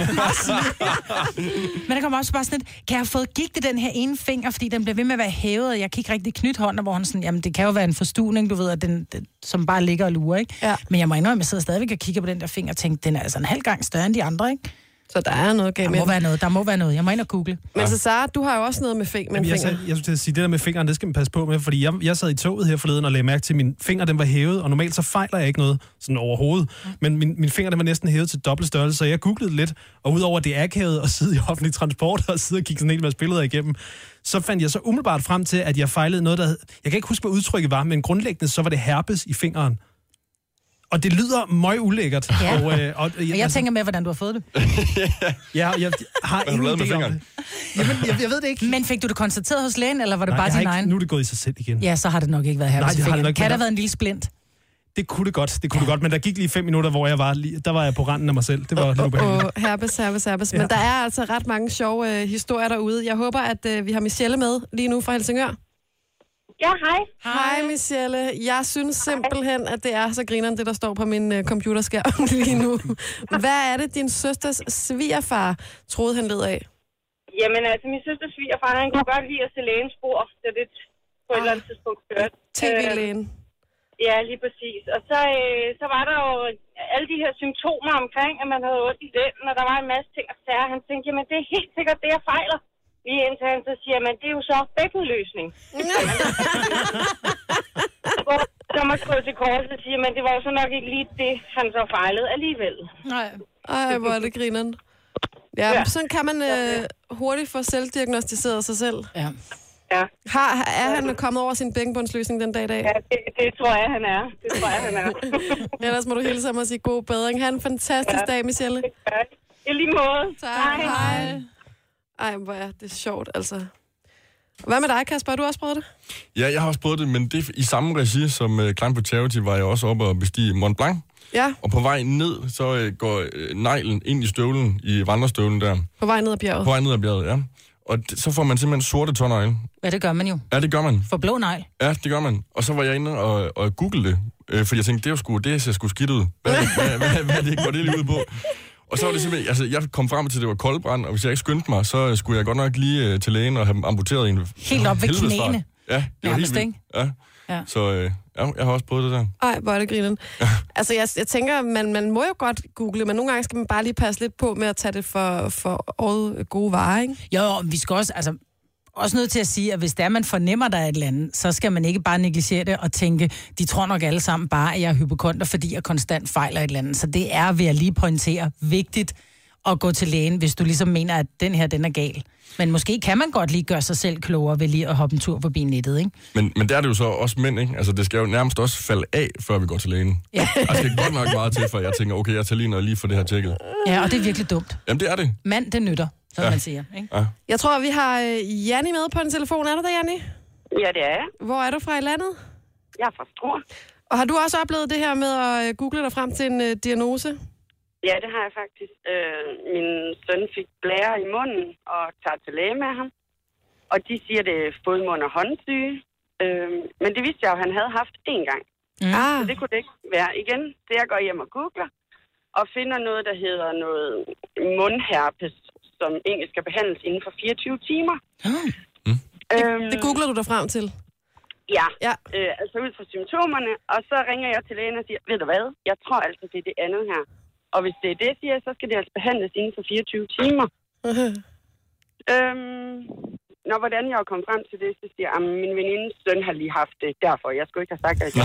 Men der kommer også bare sådan et, kan jeg have fået gigt i den her ene finger, fordi den bliver ved med at være hævet, og jeg kan ikke rigtig knytte hånden, hvor han sådan, jamen det kan jo være en forstuvning, du ved, at den som bare ligger og lurer, ikke? Ja. Men jeg må indrømme, at jeg sidder stadigvæk og kigger på den der finger og tænker, den er altså en halv gang større end de andre, ikke? Så der er noget galt med der må være noget. Jeg må ind og google. Men så Sara, du har jo også noget med fingeren. Jeg skulle til at sige, det der med fingeren, det skal man passe på med, fordi jeg sad i toget her forleden og lagde mærke til, at min finger, den var hævet, og normalt så fejler jeg ikke noget sådan overhovedet. Men min finger, den var næsten hævet til dobbelt størrelse, så jeg googlede lidt, og udover det akavet at sidde i offentlig transport og sidde og kigge sådan en masse billeder igennem, så fandt jeg så umiddelbart frem til, at jeg fejlede noget, der jeg kan ikke huske, hvad udtrykket var, men grundlæggende så var det herpes i fingeren. Og det lyder meget ulækkert. Ja. Og jeg tænker med, hvordan du har fået det. Jeg har ingen idé om det. Jamen, jeg ved det ikke. Men fik du det konstateret hos lægen, eller var det bare din egen? Nu er det gået i sig selv igen. Ja, så har det nok ikke været herpes i fingeren. Kan der have været en lille splint? Det kunne det godt, men der gik lige 5 minutter, hvor der var jeg på randen af mig selv. Det var lidt ubehageligt. Herpes. Men der er altså ret mange sjove historier derude. Jeg håber, at vi har Michelle med lige nu fra Helsingør.
Ja, hej.
Hej, Michelle. Jeg synes simpelthen, at det er så grineren, det der står på min computerskærm lige nu. Hvad er det, din søsters svigerfar troede, han led af?
Jamen altså, min søsters svigerfar, han kunne godt lide at se lægens spor, så det på et eller andet tidspunkt kørte.
TV-lægen.
Ja, lige præcis. Og så var der jo alle de her symptomer omkring, at man havde ondt i den, og der var en masse ting at sære. Han tænkte, jamen det er helt sikkert det, jeg fejler. Lige indtil han så siger, men det er jo så bækkenløsning. Så man skriver til korset og siger, men det var jo så nok ikke lige det, han så fejlede alligevel. Nej. Ej, hvor er det grineren. Ja, sådan kan man hurtigt få selvdiagnostiseret sig selv. Ja. Ja. Er han kommet over sin bækkenbundsløsning den dag i dag? Ja, det tror jeg, han er. Ellers må du hilse ham og sige god bedring. Ha' en fantastisk dag, Michelle. I lige måde. Tak. Hej. Ej, hvor er det sjovt, altså. Hvad med dig, Kasper? Har du også prøvet det?
Ja, jeg har også prøvet det, men det i samme regi som Climb for Charity var jeg også oppe og bestige Mont Blanc. Ja. Og på vej ned, så går neglen ind i støvlen, i vandrestøvlen der. På vej ned ad bjerget? På vej ned ad bjerget, ja. Og så får man simpelthen sorte tånegle. Ja, det gør man jo. Ja, det gør man. For blå negl. Ja, det gør man. Og så var jeg inde og googlede det, fordi jeg tænkte, det ser sgu skidt ud. Hvad går det lige ud på? Og så var det simpelthen, altså jeg kom frem til, at det var koldbrand, og hvis jeg ikke skyndte mig, så skulle jeg godt nok lige til lægen og have amputeret en. Helt op ved knæene. Ja, det var helt vildt. Ja. Så jeg har også prøvet det der.
Ej, hvor er det grinen. Altså jeg tænker, man må jo godt google, men nogle gange skal man bare lige passe lidt på med at tage det for gode varer, ikke? Jo, vi skal også nødt til at sige, at hvis der man fornemmer, der er et eller andet, så skal man ikke bare negligere det og tænke, de tror nok alle sammen bare, at jeg er hypokonder, fordi jeg konstant fejler et eller andet. Så det er, vil jeg lige pointere, vigtigt at gå til lægen, hvis du ligesom mener, at den er gal. Men måske kan man godt lige gøre sig selv klogere ved lige at hoppe en tur forbi nettet, ikke? Men der er det jo så også mænd, ikke? Altså, det skal jo nærmest også falde af, før vi går til lægen. Ja. Der skal godt nok meget til, for jeg tænker, okay, jeg tager lige noget lige for det her tjekket. Ja, og det er virkelig dumt. Jamen, det er det. Mand, det nytter, som man siger, ikke? Ja. Jeg tror, vi har Janni med på en telefon. Er du der, Janni?
Ja, det er jeg.
Hvor er du fra i landet?
Jeg er fra Struer.
Og har du også oplevet det her med at google dig frem til en diagnose?
Ja, det har jeg faktisk. Min søn fik blære i munden og tager til læge med ham. Og de siger, det er fodmund- og håndsyge. Men det vidste jeg jo, at han havde haft én gang. Så det kunne det ikke være igen. Så jeg går hjem og googler og finder noget, der hedder noget mundherpes, som egentlig skal behandles inden for 24 timer.
Det googler du dig frem til?
Ja. Altså ud fra symptomerne, og så ringer jeg til lægen og siger, ved du hvad, jeg tror altså, det er det andet her. Og hvis det er det, siger jeg, så skal det altså behandles inden for 24 timer. Hvordan jeg kom frem til det, så siger jeg, at min venindes søn har lige haft det, derfor. Jeg skulle ikke have sagt det.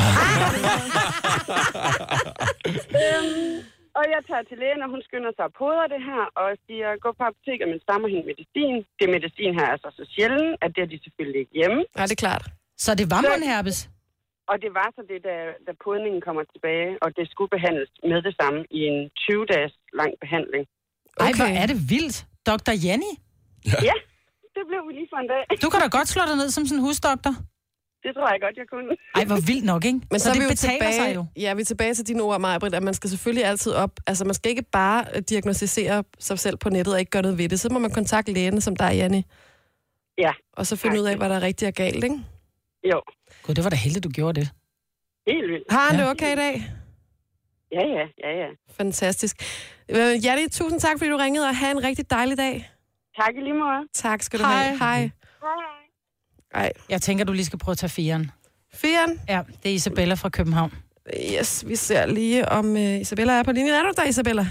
Og jeg tager til lægen, og hun skynder sig at pudre det her, og siger, gå på apoteket, men stammer hende medicin. Det medicin her er så sjældent, at det er de selvfølgelig ikke hjemme.
Ja, det er klart.
Så det var mundherpes?
Og det var så det, da pudningen kommer tilbage, og det skulle behandles med det samme i en 20-dages lang behandling.
Okay. Ej, hvor er det vildt. Dr. Jenny?
Ja, det blev vi lige for en dag.
Du kan da godt slå dig ned som sådan en husdoktor.
Det tror jeg godt, jeg kunne.
Ej, hvor vildt nok, ikke?
Men så
det
vi
betaler
tilbage,
sig jo.
Ja, vi er tilbage til dine ord, Maj-Britt, at man skal selvfølgelig altid op. Altså, man skal ikke bare diagnostisere sig selv på nettet og ikke gøre noget ved det. Så må man kontakte lægen, som dig, Janni.
Ja.
Og så finde ud af, hvad der er rigtigt og galt, ikke?
Jo.
Gud, det var da heldigt, du gjorde det.
Helt vildt.
Har han det okay i dag?
Ja.
Fantastisk. Janni, tusind tak, fordi du ringede, og have en rigtig dejlig dag.
Tak i lige måde.
Tak skal du have. Hej. Hej.
Jeg tænker, du lige skal prøve at tage 4'eren.
4'eren?
Ja, det er Isabella fra København.
Yes, vi ser lige, om Isabella er på linjen. Er du der, Isabella?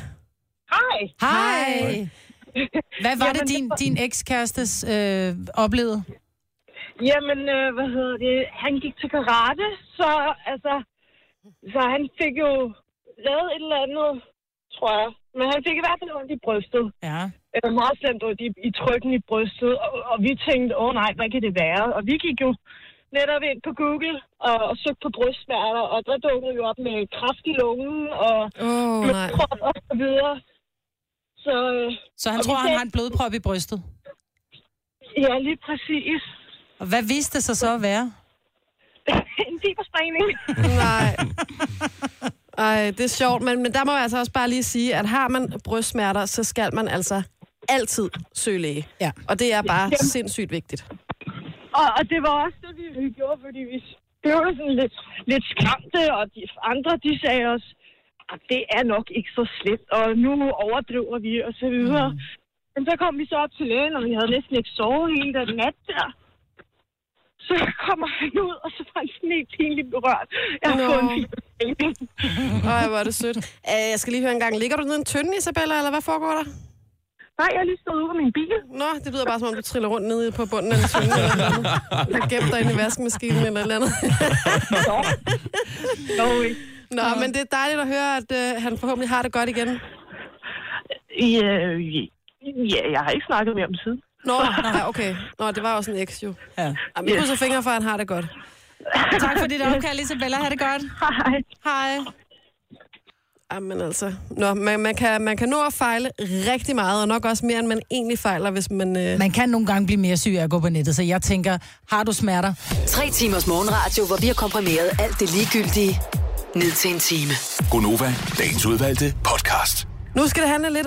Hej.
Hvad var det, din ekskærestes oplevede?
Jamen, han gik til karate, så han fik jo lavet et eller andet, tror jeg. Men han fik i hvert fald ondt i brystet.
Ja.
Meget slemt ondt i trykken i brystet, og vi tænkte, nej, hvad kan det være? Og vi gik jo netop ind på Google og søgte på brystsmerter, og der dukkede vi op med kræft i lungen og blodprop og så videre.
Så han tror, han har en blodprop i brystet?
Ja, lige præcis.
Og hvad viste det sig så at være?
En fibersprængning.
Nej. Ej, det er sjovt, men der må jeg altså også bare lige sige, at har man brystsmerter, så skal man altså altid søge læge.
Ja.
Og det er bare sindssygt vigtigt.
Og det var også det, vi gjorde, fordi vi blev sådan lidt skræmte, og de andre, de sagde os, at det er nok ikke så slemt, og nu overdriver vi, og så videre. Men så kom vi så op til lægen, og vi havde næsten ikke sovet hele den nat der. Så kommer han ud, og så var han sådan helt pinligt berørt. Jeg har fået en fibersprængning.
Ej, hvor er det sødt. Jeg skal lige høre en gang. Ligger du nede i en tønde, Isabella, eller hvad foregår der?
Nej, jeg er lige stået ude på min bil.
Nå, det lyder bare som om, du triller rundt nede på bunden af en tønde eller noget. Du har gemt dig inde i vaskemaskinen eller andet. Nå, men det er dejligt at høre, at han forhåbentlig har det godt igen.
Ja, jeg har ikke snakket mere om siden.
Nå, okay. Nå, det var også en eks, jo. Ja. Jamen, jeg krydser fingre for, at han har det godt.
Tak for dit opkald, Isabella. Ha' det godt.
Hej.
Jamen altså, man kan nå at fejle rigtig meget, og nok også mere, end man egentlig fejler, hvis man...
Man kan nogle gange blive mere syg af at gå på nettet, så jeg tænker, har du smerter?
3 timers morgenradio, hvor vi har komprimeret alt det ligegyldige ned til en time.
Gonova, dagens udvalgte podcast.
Nu skal det handle lidt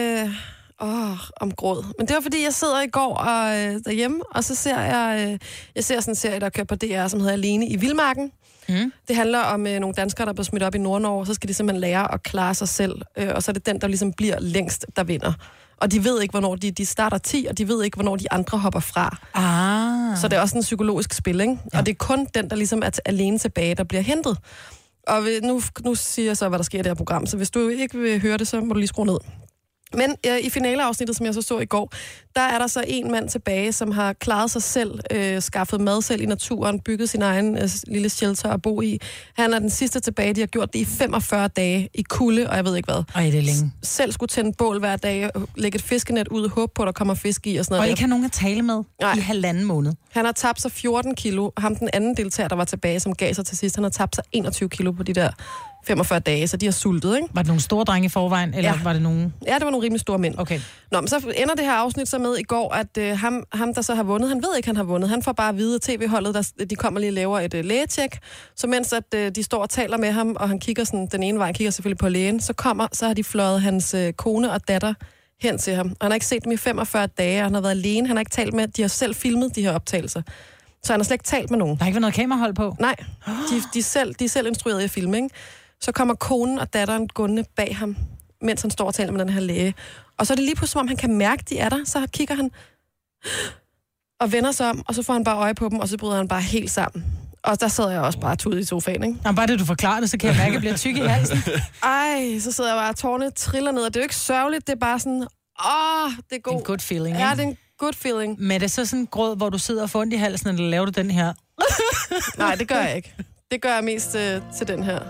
om gråd. Men det var fordi, jeg sidder i går derhjemme, og så ser jeg ser sådan en serie, der kører på DR, som hedder Alene i Vildmarken. Det handler om nogle danskere, der bliver smidt op i Nord-Norge, så skal de simpelthen lære at klare sig selv, og så er det den, der ligesom bliver længst, der vinder. Og de ved ikke, hvornår de starter 10, og de ved ikke, hvornår de andre hopper fra. Så det er også en psykologisk spil, ikke? Ja. Og det er kun den, der ligesom er alene tilbage, der bliver hentet. Og nu siger jeg så, hvad der sker i det her program, så hvis du ikke vil høre det, så må du lige skrue ned. Men i finaleafsnittet, som jeg så i går, der er der så en mand tilbage, som har klaret sig selv, skaffet mad selv i naturen, bygget sin egen lille shelter at bo i. Han er den sidste tilbage, de har gjort det i 45 dage i kulde, og jeg ved ikke hvad.
Ej, det er længe.
Selv skulle tænde bål hver dag, lægge et fiskenet ud, håbe på, at der kommer fisk i og sådan noget.
Og ikke have nogen at tale med i 1,5 måned. Han
har tabt sig 14 kilo. Ham, den anden deltager, der var tilbage, som gav sig til sidst, han har tabt sig 21 kilo på de der 45 dage, så de har sultet, ikke?
Var det nogle store drenge i forvejen, eller var det nogle...
Ja, det var nogle rimelig store mænd.
Okay.
Nå, men så ender det her afsnit så med i går, at ham, der så har vundet, han ved ikke, han har vundet. Han får bare at vide, at tv-holdet, de kommer lige og laver et lægetjek. Så mens at de står og taler med ham, og han kigger sådan, den ene vej, kigger selvfølgelig på lægen, så har de fløjet hans kone og datter hen til ham. Og han har ikke set dem i 45 dage, og han har været alene. Han har ikke talt med, de har selv filmet de her optagelser. Så han har slet ikke talt med nogen.
Der har ikke været noget kamerahold på?
Nej, de er selv instrueret i at filme, ikke? Så kommer konen og datteren gående bag ham, mens han står og taler med den her læge. Og så er det lige pludselig, som om han kan mærke, de er der. Så kigger han og vender sig om, og så får han bare øje på dem, og så bryder han bare helt sammen. Og der sad jeg også bare tudet i sofaen, ikke?
Jamen, bare det, du forklarer det, så kan jeg mærke, at jeg bliver tyk i halsen.
Ej, så sidder jeg bare, tårne triller ned, og det er jo ikke sørgeligt, det er bare sådan, det er god.
En good feeling,
ja, det er en good feeling.
Men er det så sådan en gråd, hvor du sidder og får ondt i halsen, eller laver du den her?
Nej, det gør jeg ikke. Det gør jeg mest til den her.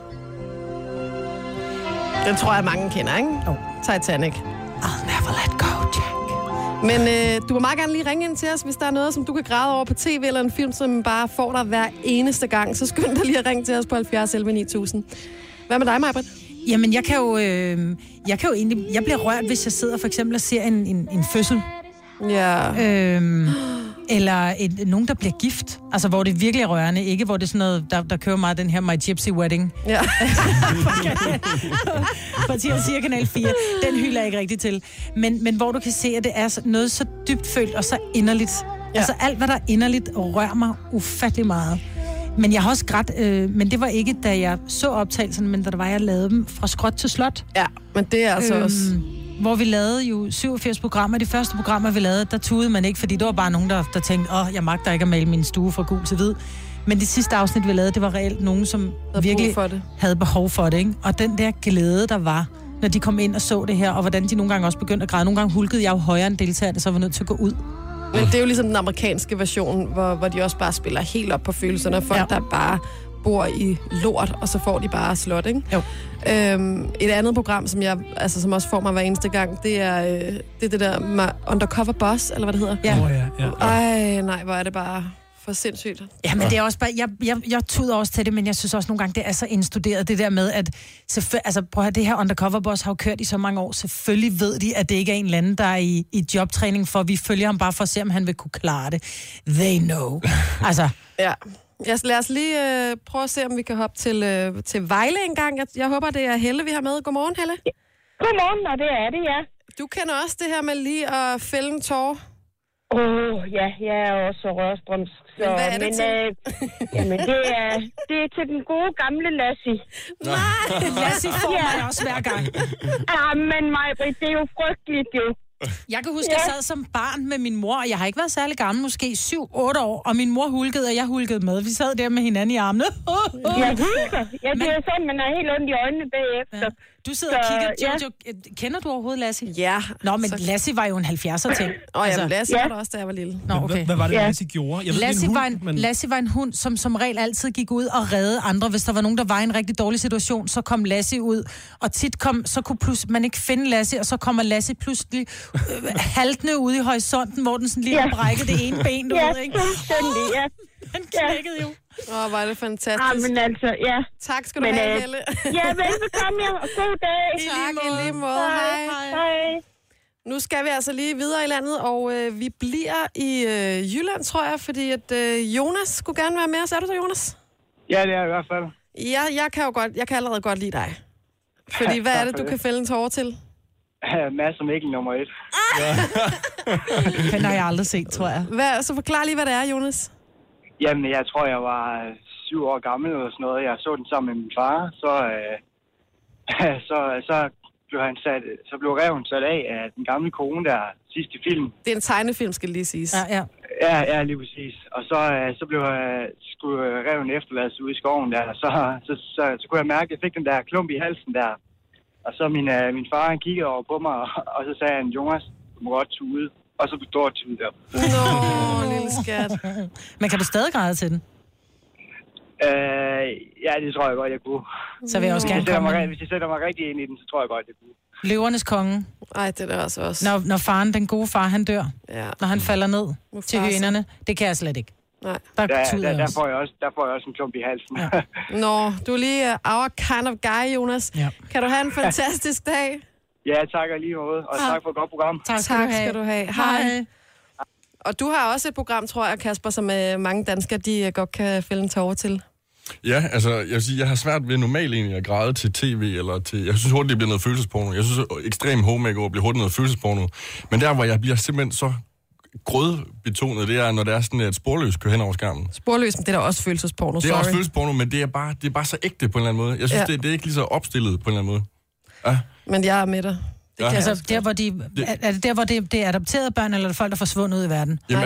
Den tror jeg, mange kender, ikke? Titanic.
I'll never let go, Jack.
Men du må meget gerne lige ringe ind til os, hvis der er noget, som du kan græde over på tv, eller en film, som bare får dig hver eneste gang. Så skynd dig lige at ringe til os på 70 11 9000. Hvad med dig, Maj-Brit?
Jamen, jeg kan jo egentlig... Jeg bliver rørt, hvis jeg sidder for eksempel og ser en fødsel.
Ja.
Eller nogen, der bliver gift. Altså, hvor det virkelig er rørende. Ikke hvor det er sådan noget, der kører meget den her My Gypsy Wedding.
Ja.
Partier siger Kanal 4. Den hylder jeg ikke rigtig til. Men hvor du kan se, at det er noget så dybt følt og så inderligt. Ja. Altså, alt, hvad der er inderligt, rører mig ufattelig meget. Men jeg har også grædt, men det var ikke, da jeg så optagelserne, men da jeg lavede dem fra skråt til slot.
Ja, men det er altså også...
Hvor vi lavede jo 87 programmer. De første programmer, vi lavede, der tudede man ikke, fordi der var bare nogen, der tænkte, jeg magter ikke at male min stue fra gul til hvid. Men det sidste afsnit, vi lavede, det var reelt nogen, som virkelig havde behov for det, ikke? Og den der glæde, der var, når de kom ind og så det her, og hvordan de nogle gange også begyndte at græde. Nogle gange hulkede jeg jo højere end deltagerne, så var nødt til at gå ud.
Men det er jo ligesom den amerikanske version, hvor de også bare spiller helt op på følelserne. Folk, der bare bor i lort, og så får de bare slot, ikke?
Jo.
Et andet program, som også får mig hver eneste gang, det er det der Undercover Boss, eller hvad det hedder.
Ja.
Ej, nej, hvor er det bare for sindssygt.
Ja, men det er også bare, jeg tuder også til det, men jeg synes også nogle gange, det er så indstuderet, det der med, at altså, prøv at høre, det her Undercover Boss har jo kørt i så mange år. Selvfølgelig ved de, at det ikke er en eller anden, der er i jobtræning, for vi følger ham bare for at se, om han vil kunne klare det. They know. Altså.
Ja. Lad os lige prøve at se, om vi kan hoppe til Vejle en gang. Jeg håber, det er Helle, vi har med. Godmorgen, Helle.
Godmorgen, og det er det, ja.
Du kender også det her med lige at fælde en tår.
Ja, jeg er også rørstrøms.
Men hvad er det til?
Jamen, det er til den gode gamle Lassie.
Nej,
Lassie får mig også hver gang.
Ja, men Maj-Brit, det er jo frygteligt, jo.
Jeg kan huske, jeg sad som barn med min mor, og jeg har ikke været særlig gammel, måske 7-8 år, og min mor hulkede, og jeg hulkede med. Vi sad der med hinanden i armene.
Jeg hulker. Ja, det er sådan, man er helt ondt i øjnene bagefter. Ja.
Du sidder og kigger. Jojo, kender du overhovedet Lassie?
Ja.
Nå, men Lassie var jo en 70'er-ting.
Jamen, Lassie var der også, da jeg var lille.
Nå, okay. Hvad var det, Lassie gjorde?
Lassie var en hund, som regel altid gik ud og redde andre. Hvis der var nogen, der var i en rigtig dårlig situation, så kom Lassie ud. Og tit så kunne man ikke finde Lassie, og så kommer Lassie pludselig haltende ude i horisonten, hvor den sådan lige har brækket det ene ben, du ved, ikke?
Ja,
den knækkede jo.
Hvor er det fantastisk.
Ja, men altså, ja.
Tak skal du have, Helle.
Ja, velbekomme, og god dag.
I lige måde. Hej. Nu skal vi altså lige videre i landet, og vi bliver i Jylland, tror jeg, fordi at Jonas skulle gerne være med os. Er du så, Jonas?
Ja, det er i hvert fald.
Ja, jeg kan allerede godt lide dig. Fordi hvad er det, du kan fælde en tårer til?
Mads og Mikkel nummer 1.
Den har jeg aldrig set, tror jeg.
Så forklar lige, hvad det er, Jonas.
Jamen, jeg tror, jeg var 7 år gammel eller sådan noget. Jeg så den sammen med min far. Så blev ræven sat af den gamle kone der sidste film.
Det er en tegnefilm, skal lige siges.
Ja.
Ja, lige præcis. Og så skulle ræven efterlades ude i skoven der. Så kunne jeg mærke, at jeg fik den der klump i halsen der. Og så min far, han kiggede over på mig, og så sagde han, Jonas, du må godt tude. Og så blev du tude der.
Nå, lille skat.
Men kan du stadig græde til den?
Ja, det tror jeg godt, jeg kunne.
Så vil jeg også gerne komme.
Hvis jeg sætter mig rigtig ind i den, så tror jeg godt, jeg kunne.
Løvernes konge.
Ej, det er der også.
Når faren, den gode far, han dør.
Ja.
Når han falder ned til hyænerne. Det kan jeg slet ikke.
Nej.
Der får jeg også en klump i halsen. Ja.
Nå, du er lige our kind of guy, Jonas.
Ja.
Kan du have en fantastisk dag?
Ja, tak lige måde. Og tak for et godt program.
Tak skal du have. Hej. Og du har også et program, tror jeg, Kasper, som mange danskere, de godt kan fælde en tårer til.
Ja, altså, jeg vil sige, jeg har svært ved normalt egentlig at græde til tv, eller til... Jeg synes hurtigt, det bliver noget følelsesporno. Jeg synes, ekstrem homemakeover bliver hurtigt noget følelsesporno. Men der, hvor jeg bliver simpelthen så grødbetonet, det er, når det er sådan, at Sporløs kører hen over skærmen.
Sporløs, men det er da også følelsesporno,
Det er også følelsesporno, men det er bare så ægte på en eller anden måde. Jeg synes, det er ikke lige så opstillet på en eller anden måde. Ja.
Men jeg er med dig.
Altså, er det der, hvor det er adopterede børn, eller er det folk, der er forsvundet ud i verden?
Jamen, altså,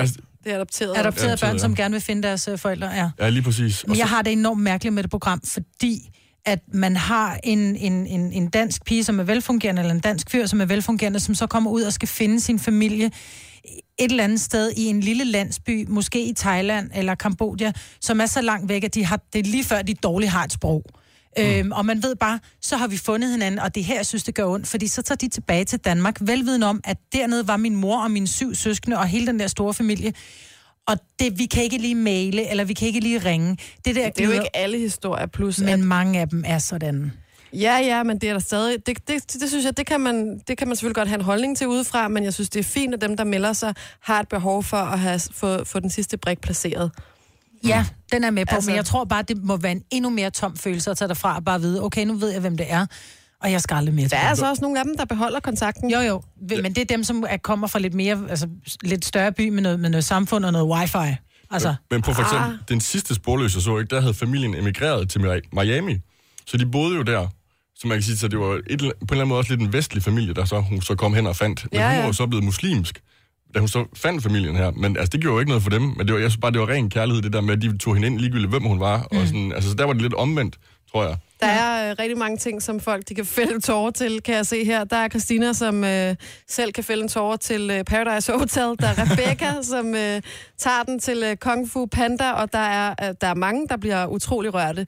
Det er
adopterede børn, som gerne vil finde deres forældre, ja.
Ja, lige præcis.
Men jeg har det enormt mærkeligt med det program, fordi at man har en dansk pige, som er velfungerende, eller en dansk fyr, som er velfungerende, som så kommer ud og skal finde sin familie et eller andet sted i en lille landsby, måske i Thailand eller Kambodja, som er så langt væk, at det er lige før, de dårligt har et sprog. Og man ved bare, så har vi fundet hinanden, og det er her, jeg synes, det gør ondt, fordi så tager de tilbage til Danmark, velviden om, at dernede var min mor og mine 7 søskende, og hele den der store familie. Og vi kan ikke lige maile, eller vi kan ikke lige ringe. Det
er jo ikke alle historier, plus
men mange af dem er sådan.
Ja, men det er der stadig. Det synes jeg, det kan man selvfølgelig godt have en holdning til udefra, men jeg synes, det er fint, at dem, der melder sig, har et behov for at få den sidste brik placeret.
Ja, den er med på, men jeg tror bare, det må være en endnu mere tom følelse at tage derfra og bare vide, okay, nu ved jeg, hvem det er, og jeg skal aldrig mere.
Der er altså også nogle af dem, der beholder kontakten.
Jo, men det er dem, som kommer fra lidt mere, altså lidt større by med noget samfund og noget wifi. Altså.
Men på for eksempel, den sidste sporløse så ikke, der havde familien emigreret til Miami, så de boede jo der. Så man kan sige, at det var på en eller anden måde også lidt en vestlig familie, der hun så kom hen og fandt. Men hun var jo så blevet muslimsk, da hun så fandt familien her. Men altså, det gjorde jo ikke noget for dem. Men jeg synes bare, det var ren kærlighed, det der med, at de tog hende ind ligegyldigt, hvem hun var. Og sådan, altså, så der var det lidt omvendt, tror jeg.
Der er rigtig mange ting, som folk de kan fælde tårer til, kan jeg se her. Der er Christina, som selv kan fælde en tårer til Paradise Hotel. Der er Rebecca, som tager den til Kung Fu Panda. Og der er mange, der bliver utrolig rørte.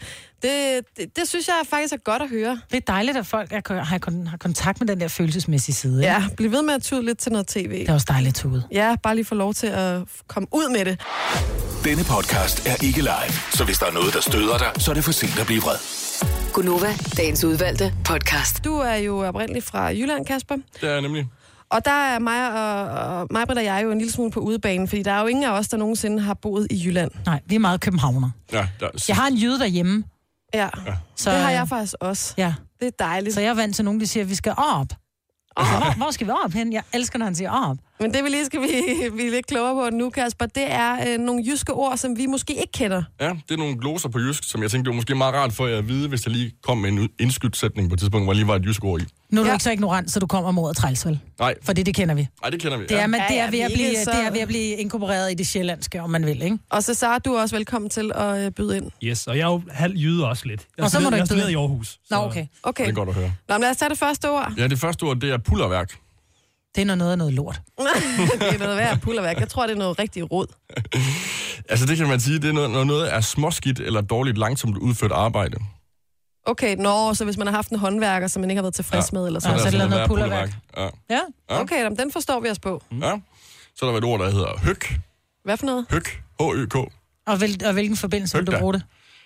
Det synes jeg faktisk er godt at høre.
Det er dejligt, at folk har kontakt med den der følelsesmæssige side.
Ja, bliv ved med at tude lidt til noget tv.
Det er også dejligt tude.
Ja, bare lige få lov til at komme ud med det.
Denne podcast er ikke live, så hvis der er noget, der støder dig, så er det for sent at blive vred.
Gunova, dagens udvalgte podcast.
Du er jo oprindeligt fra Jylland, Kasper.
Det er jeg nemlig.
Og der er mig, Britt og jeg jo en lille smule på udebane, fordi der er jo ingen af os, der nogensinde har boet i Jylland.
Nej, vi er meget københavner.
Ja,
jeg har en jyde derhjemme.
Ja, så, det har jeg faktisk også.
Ja.
Det er dejligt.
Så jeg er vant til nogen, der siger, at vi skal op. Hvor skal vi op hen? Jeg elsker, når han siger op.
Men det vi skal blive lidt klogere på nu, Kasper, det er nogle jyske ord, som vi måske ikke kender.
Ja, det er nogle gloser på jysk, som jeg tænkte, det var måske meget rart for jer at vide, hvis der lige kom med en indskydsætning på et tidspunkt, hvor lige var et jysk ord i.
Nu er du ikke så ignorant, så du kommer om ordet trælsvel.
Nej.
For det kender vi.
Nej, det kender vi.
Det er, det er ved at blive inkorporeret i det sjællandske, om man vil, ikke?
Og så Sara, du er også velkommen til at byde ind.
Yes, og jeg er jo halv jyde også lidt.
Og så må du ikke byde
ind i Aarhus.
Nå, okay.
Det er godt at høre.
Nå, men lad os tage det første ord.
Ja, det første ord, det er pullerværk.
Det er noget lort.
Det er noget værd pullerværk. Jeg tror, det er noget rigtig rod.
Altså, det kan man sige, det er noget er småskidt eller dårligt langsomt udført arbejde.
Okay, så hvis man har haft en håndværker, som man ikke har været tilfreds med, eller
så er det noget pullerværk.
Ja.
Okay, jamen, den forstår vi os på.
Ja. Så er der et ord, der hedder høk.
Hvad for noget?
Høk. H-Ø-K.
Og hvilken forbindelse vil du bruge det?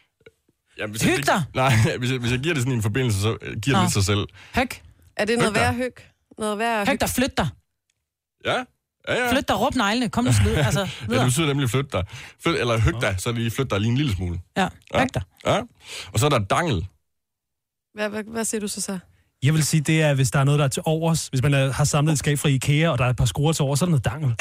Hyg dig!
Nej, hvis jeg giver det sådan en forbindelse, så giver det lidt sig selv.
Høk.
Er det noget værd høg? Noget værd
høg dig, flyt dig.
Ja.
Flyt dig, råb neglene. Kom nu slut. Altså,
ja, det betyder nemlig flyt dig. Eller høg dig, så lige flyt dig lige en lille smule.
Ja, høg dig.
Ja. Og så er der dangel.
Hvad siger du så?
Jeg vil sige, det er, hvis der er noget, der er til overs. Hvis man har samlet et skab fra IKEA, og der er et par skruer til over, så er der noget dangel.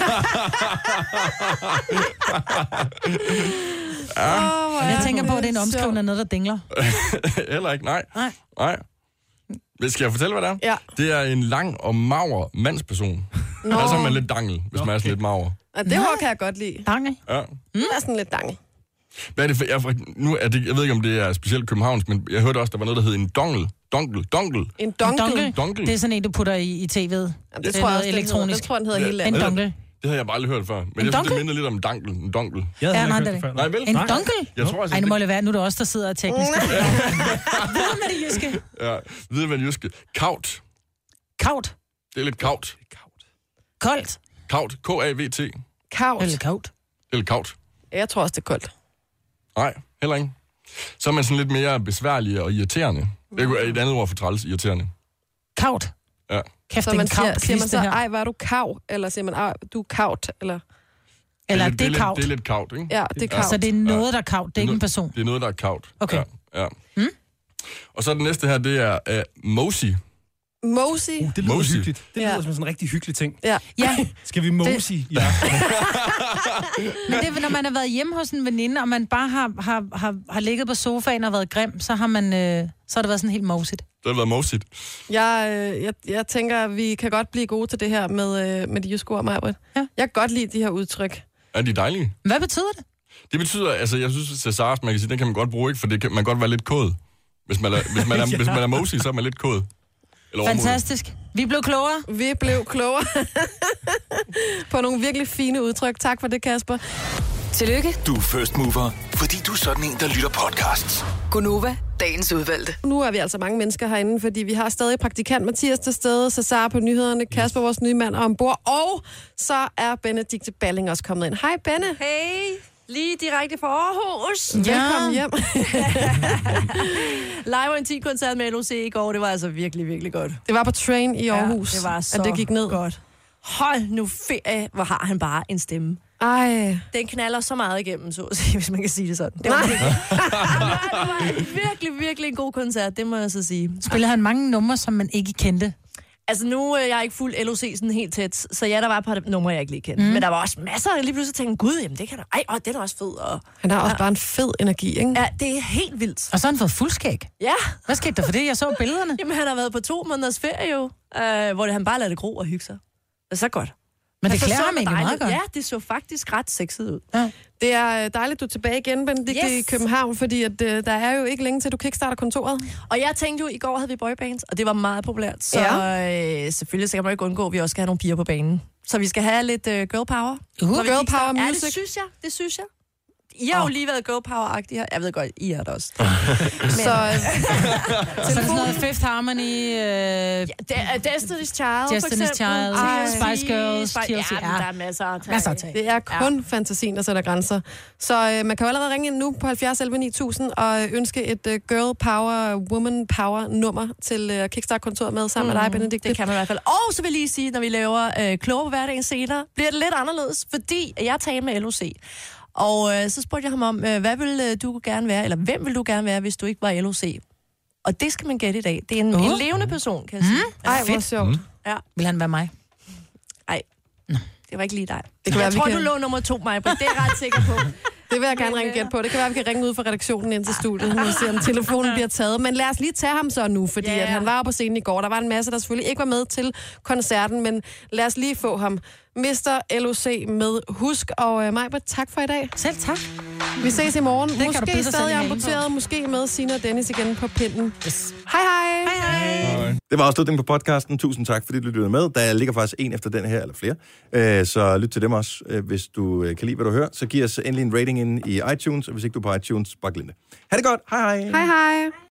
Jeg tænker på, at det er en omskrivning af noget, der dingler.
Heller ikke, nej. Skal jeg fortælle, hvad det er?
Ja.
Det er en lang og mager mandsperson. Der er så man lidt dangel, hvis man er sådan lidt mager.
Ja, det ord kan jeg godt lide.
Dangel?
Ja.
Det er sådan lidt dangel.
Hvad er det for? Jeg ved ikke, om det er specielt københavns, men jeg hørte også, der var noget, der hed en dongle. Dongle.
En dongle?
Dongle.
Det er sådan en, du putter i tv'et.
Jamen, det tror jeg også, elektronisk. Det tror jeg, den hedder hele landet.
En dongle.
Det havde jeg bare aldrig hørt før. Men jeg synes, det minder lidt om en dongle.
Ja, nej, det
nej, vel?
En dongle?
Jeg tror altså,
nu må det være. Nu er det også der sidder og teknisk. Videre med det jyske.
Ja, videre med det jyske. Kaut.
Kaut?
Det er lidt kaut.
Koldt?
Kaut. K-A-V-T.
Kaut.
Eller kaut.
Eller kaut.
Jeg tror også, det er koldt.
Nej, heller ikke. Så er man sådan lidt mere besværlig og irriterende. Det er et andet ord for træls, irriterende.
Kaut?
Ja.
Kæft, så siger man så, ej, hvor er du kav? Eller siger man, ej, du er kavt? Eller
det er kaut.
Det er lidt kaut, ikke?
Ja, det er kaut.
Så det er noget, der er kaut, det er ikke en person?
Det er noget, der er kaut.
Okay.
Ja. Og så det næste her, det er Mosey.
Mosey?
Det lyder hyggeligt. Det lyder som sådan en rigtig hyggelig ting.
Ja.
Skal vi Mosey? Ja.
Men det er, når man har været hjemme hos en veninde, og man bare har ligget på sofaen og været grim, så har man så har det været sådan helt Moseyt.
Det har været Moseyt.
Jeg tænker, at vi kan godt blive gode til det her med de jyske ord, Maj-Britt. Ja. Jeg kan godt lide de her udtryk.
Ja, de er dejlige.
Hvad betyder det?
Det betyder, altså jeg synes, Cæsars, man kan sige, den kan man godt bruge, ikke? For det kan man godt være lidt kod. Hvis man er mosey, så er man lidt kod.
Fantastisk. Vi blev klogere.
Vi blev klogere. På nogle virkelig fine udtryk. Tak for det, Kasper.
Tillykke.
Du er first mover, fordi du er sådan en, der lytter podcasts.
Gunova, dagens udvalgte.
Nu er vi altså mange mennesker herinde, fordi vi har stadig praktikant Mathias til stede, Cesar på nyhederne, Kasper, vores nye mand, er ombord, og så er Benedikte Balling også kommet ind. Hej, Benne.
Hey. Lige direkte fra Aarhus.
Velkommen hjem.
Live en 10-koncert med LOC i går, det var altså virkelig, virkelig godt.
Det var på Train i Aarhus,
det var så
at det gik ned.
Godt. Hold nu ferie, hvor har han bare en stemme.
Ej.
Den knaller så meget igennem, så at sige, hvis man kan sige det sådan. Det var virkelig, virkelig en god koncert, det må jeg så sige.
Spiller han mange numre, som man ikke kendte?
Altså nu er jeg ikke fuldt LOC sådan helt tæt, så ja, der var et par numre, jeg ikke lige kendte. Men der var også masser, jeg lige pludselig tænkte, gud, jamen det kan der. Den er også fed. Og
han har også bare en fed energi, ikke?
Ja, det er helt vildt.
Og så har han fået fuldskæg.
Ja.
Hvad skete der for det? Jeg så billederne.
Jamen han har været på 2 måneders ferie jo, hvor han bare lader det gro og hygge sig. Det er så godt.
Men det klæder ham egentlig meget godt.
Ja, det så faktisk ret sexet ud.
Ja. Det er dejligt, du er tilbage igen, Benedikte, i København, fordi at, der er jo ikke længe til, du kickstarter kontoret.
Og jeg tænkte jo, i går havde vi boybands, og det var meget populært. Så selvfølgelig så kan man ikke undgå, at vi også skal have nogle piger på banen. Så vi skal have lidt girl power.
Girl power music.
Ja, det synes jeg. I har jo lige været girl power-agtige her. Jeg ved godt, I er der også.
Så sådan noget Fifth Harmony...
Destiny's Child,
Destiny's Child, Spice Girls, TLC.
Ja, der er masser at tage.
Det er kun fantasien, der sætter grænser. Så man kan jo allerede ringe ind nu på 70 11 9000 og ønske et girl power, woman power nummer til Kickstart-kontoret med sammen med dig, Benedikte.
Det kan man i hvert fald. Og så vil jeg lige sige, når vi laver klogere på hverdagen senere, bliver det lidt anderledes, fordi jeg taler med LOC. Og så spurgte jeg ham om, hvad vil du gerne være, eller hvem vil du gerne være, hvis du ikke var LOC? Og det skal man gætte i dag. Det er en levende person, kan jeg sige.
Ej, hvor sjovt.
Ja.
Vil han være mig?
Nej, det var ikke lige dig.
Det kan
jeg tror, du lå nummer 2, mig. Det er jeg ret sikker på.
Det vil jeg gerne ringe gæt på. Det kan være, at vi kan ringe ud fra redaktionen ind til studiet, og se, om telefonen bliver taget. Men lad os lige tage ham så nu, fordi at han var på scenen i går. Der var en masse, der selvfølgelig ikke var med til koncerten, men lad os lige få ham. Mr. LOC med Husk. Og Majbert, tak for i dag.
Selv tak.
Vi ses i morgen.
Det
måske stadig amputeret, måske med Signe og Dennis igen på pinden. Yes. Hej hej.
Hej hej.
Det var afslutningen på podcasten. Tusind tak, fordi du lyttede med. Der ligger faktisk en efter den her, eller flere. Så lyt til dem også. Hvis du kan lide, hvad du hører, så giv os endelig en rating ind i iTunes. Og hvis ikke du er på iTunes, bare glem det. Ha' det godt. Hej hej.
Hej hej.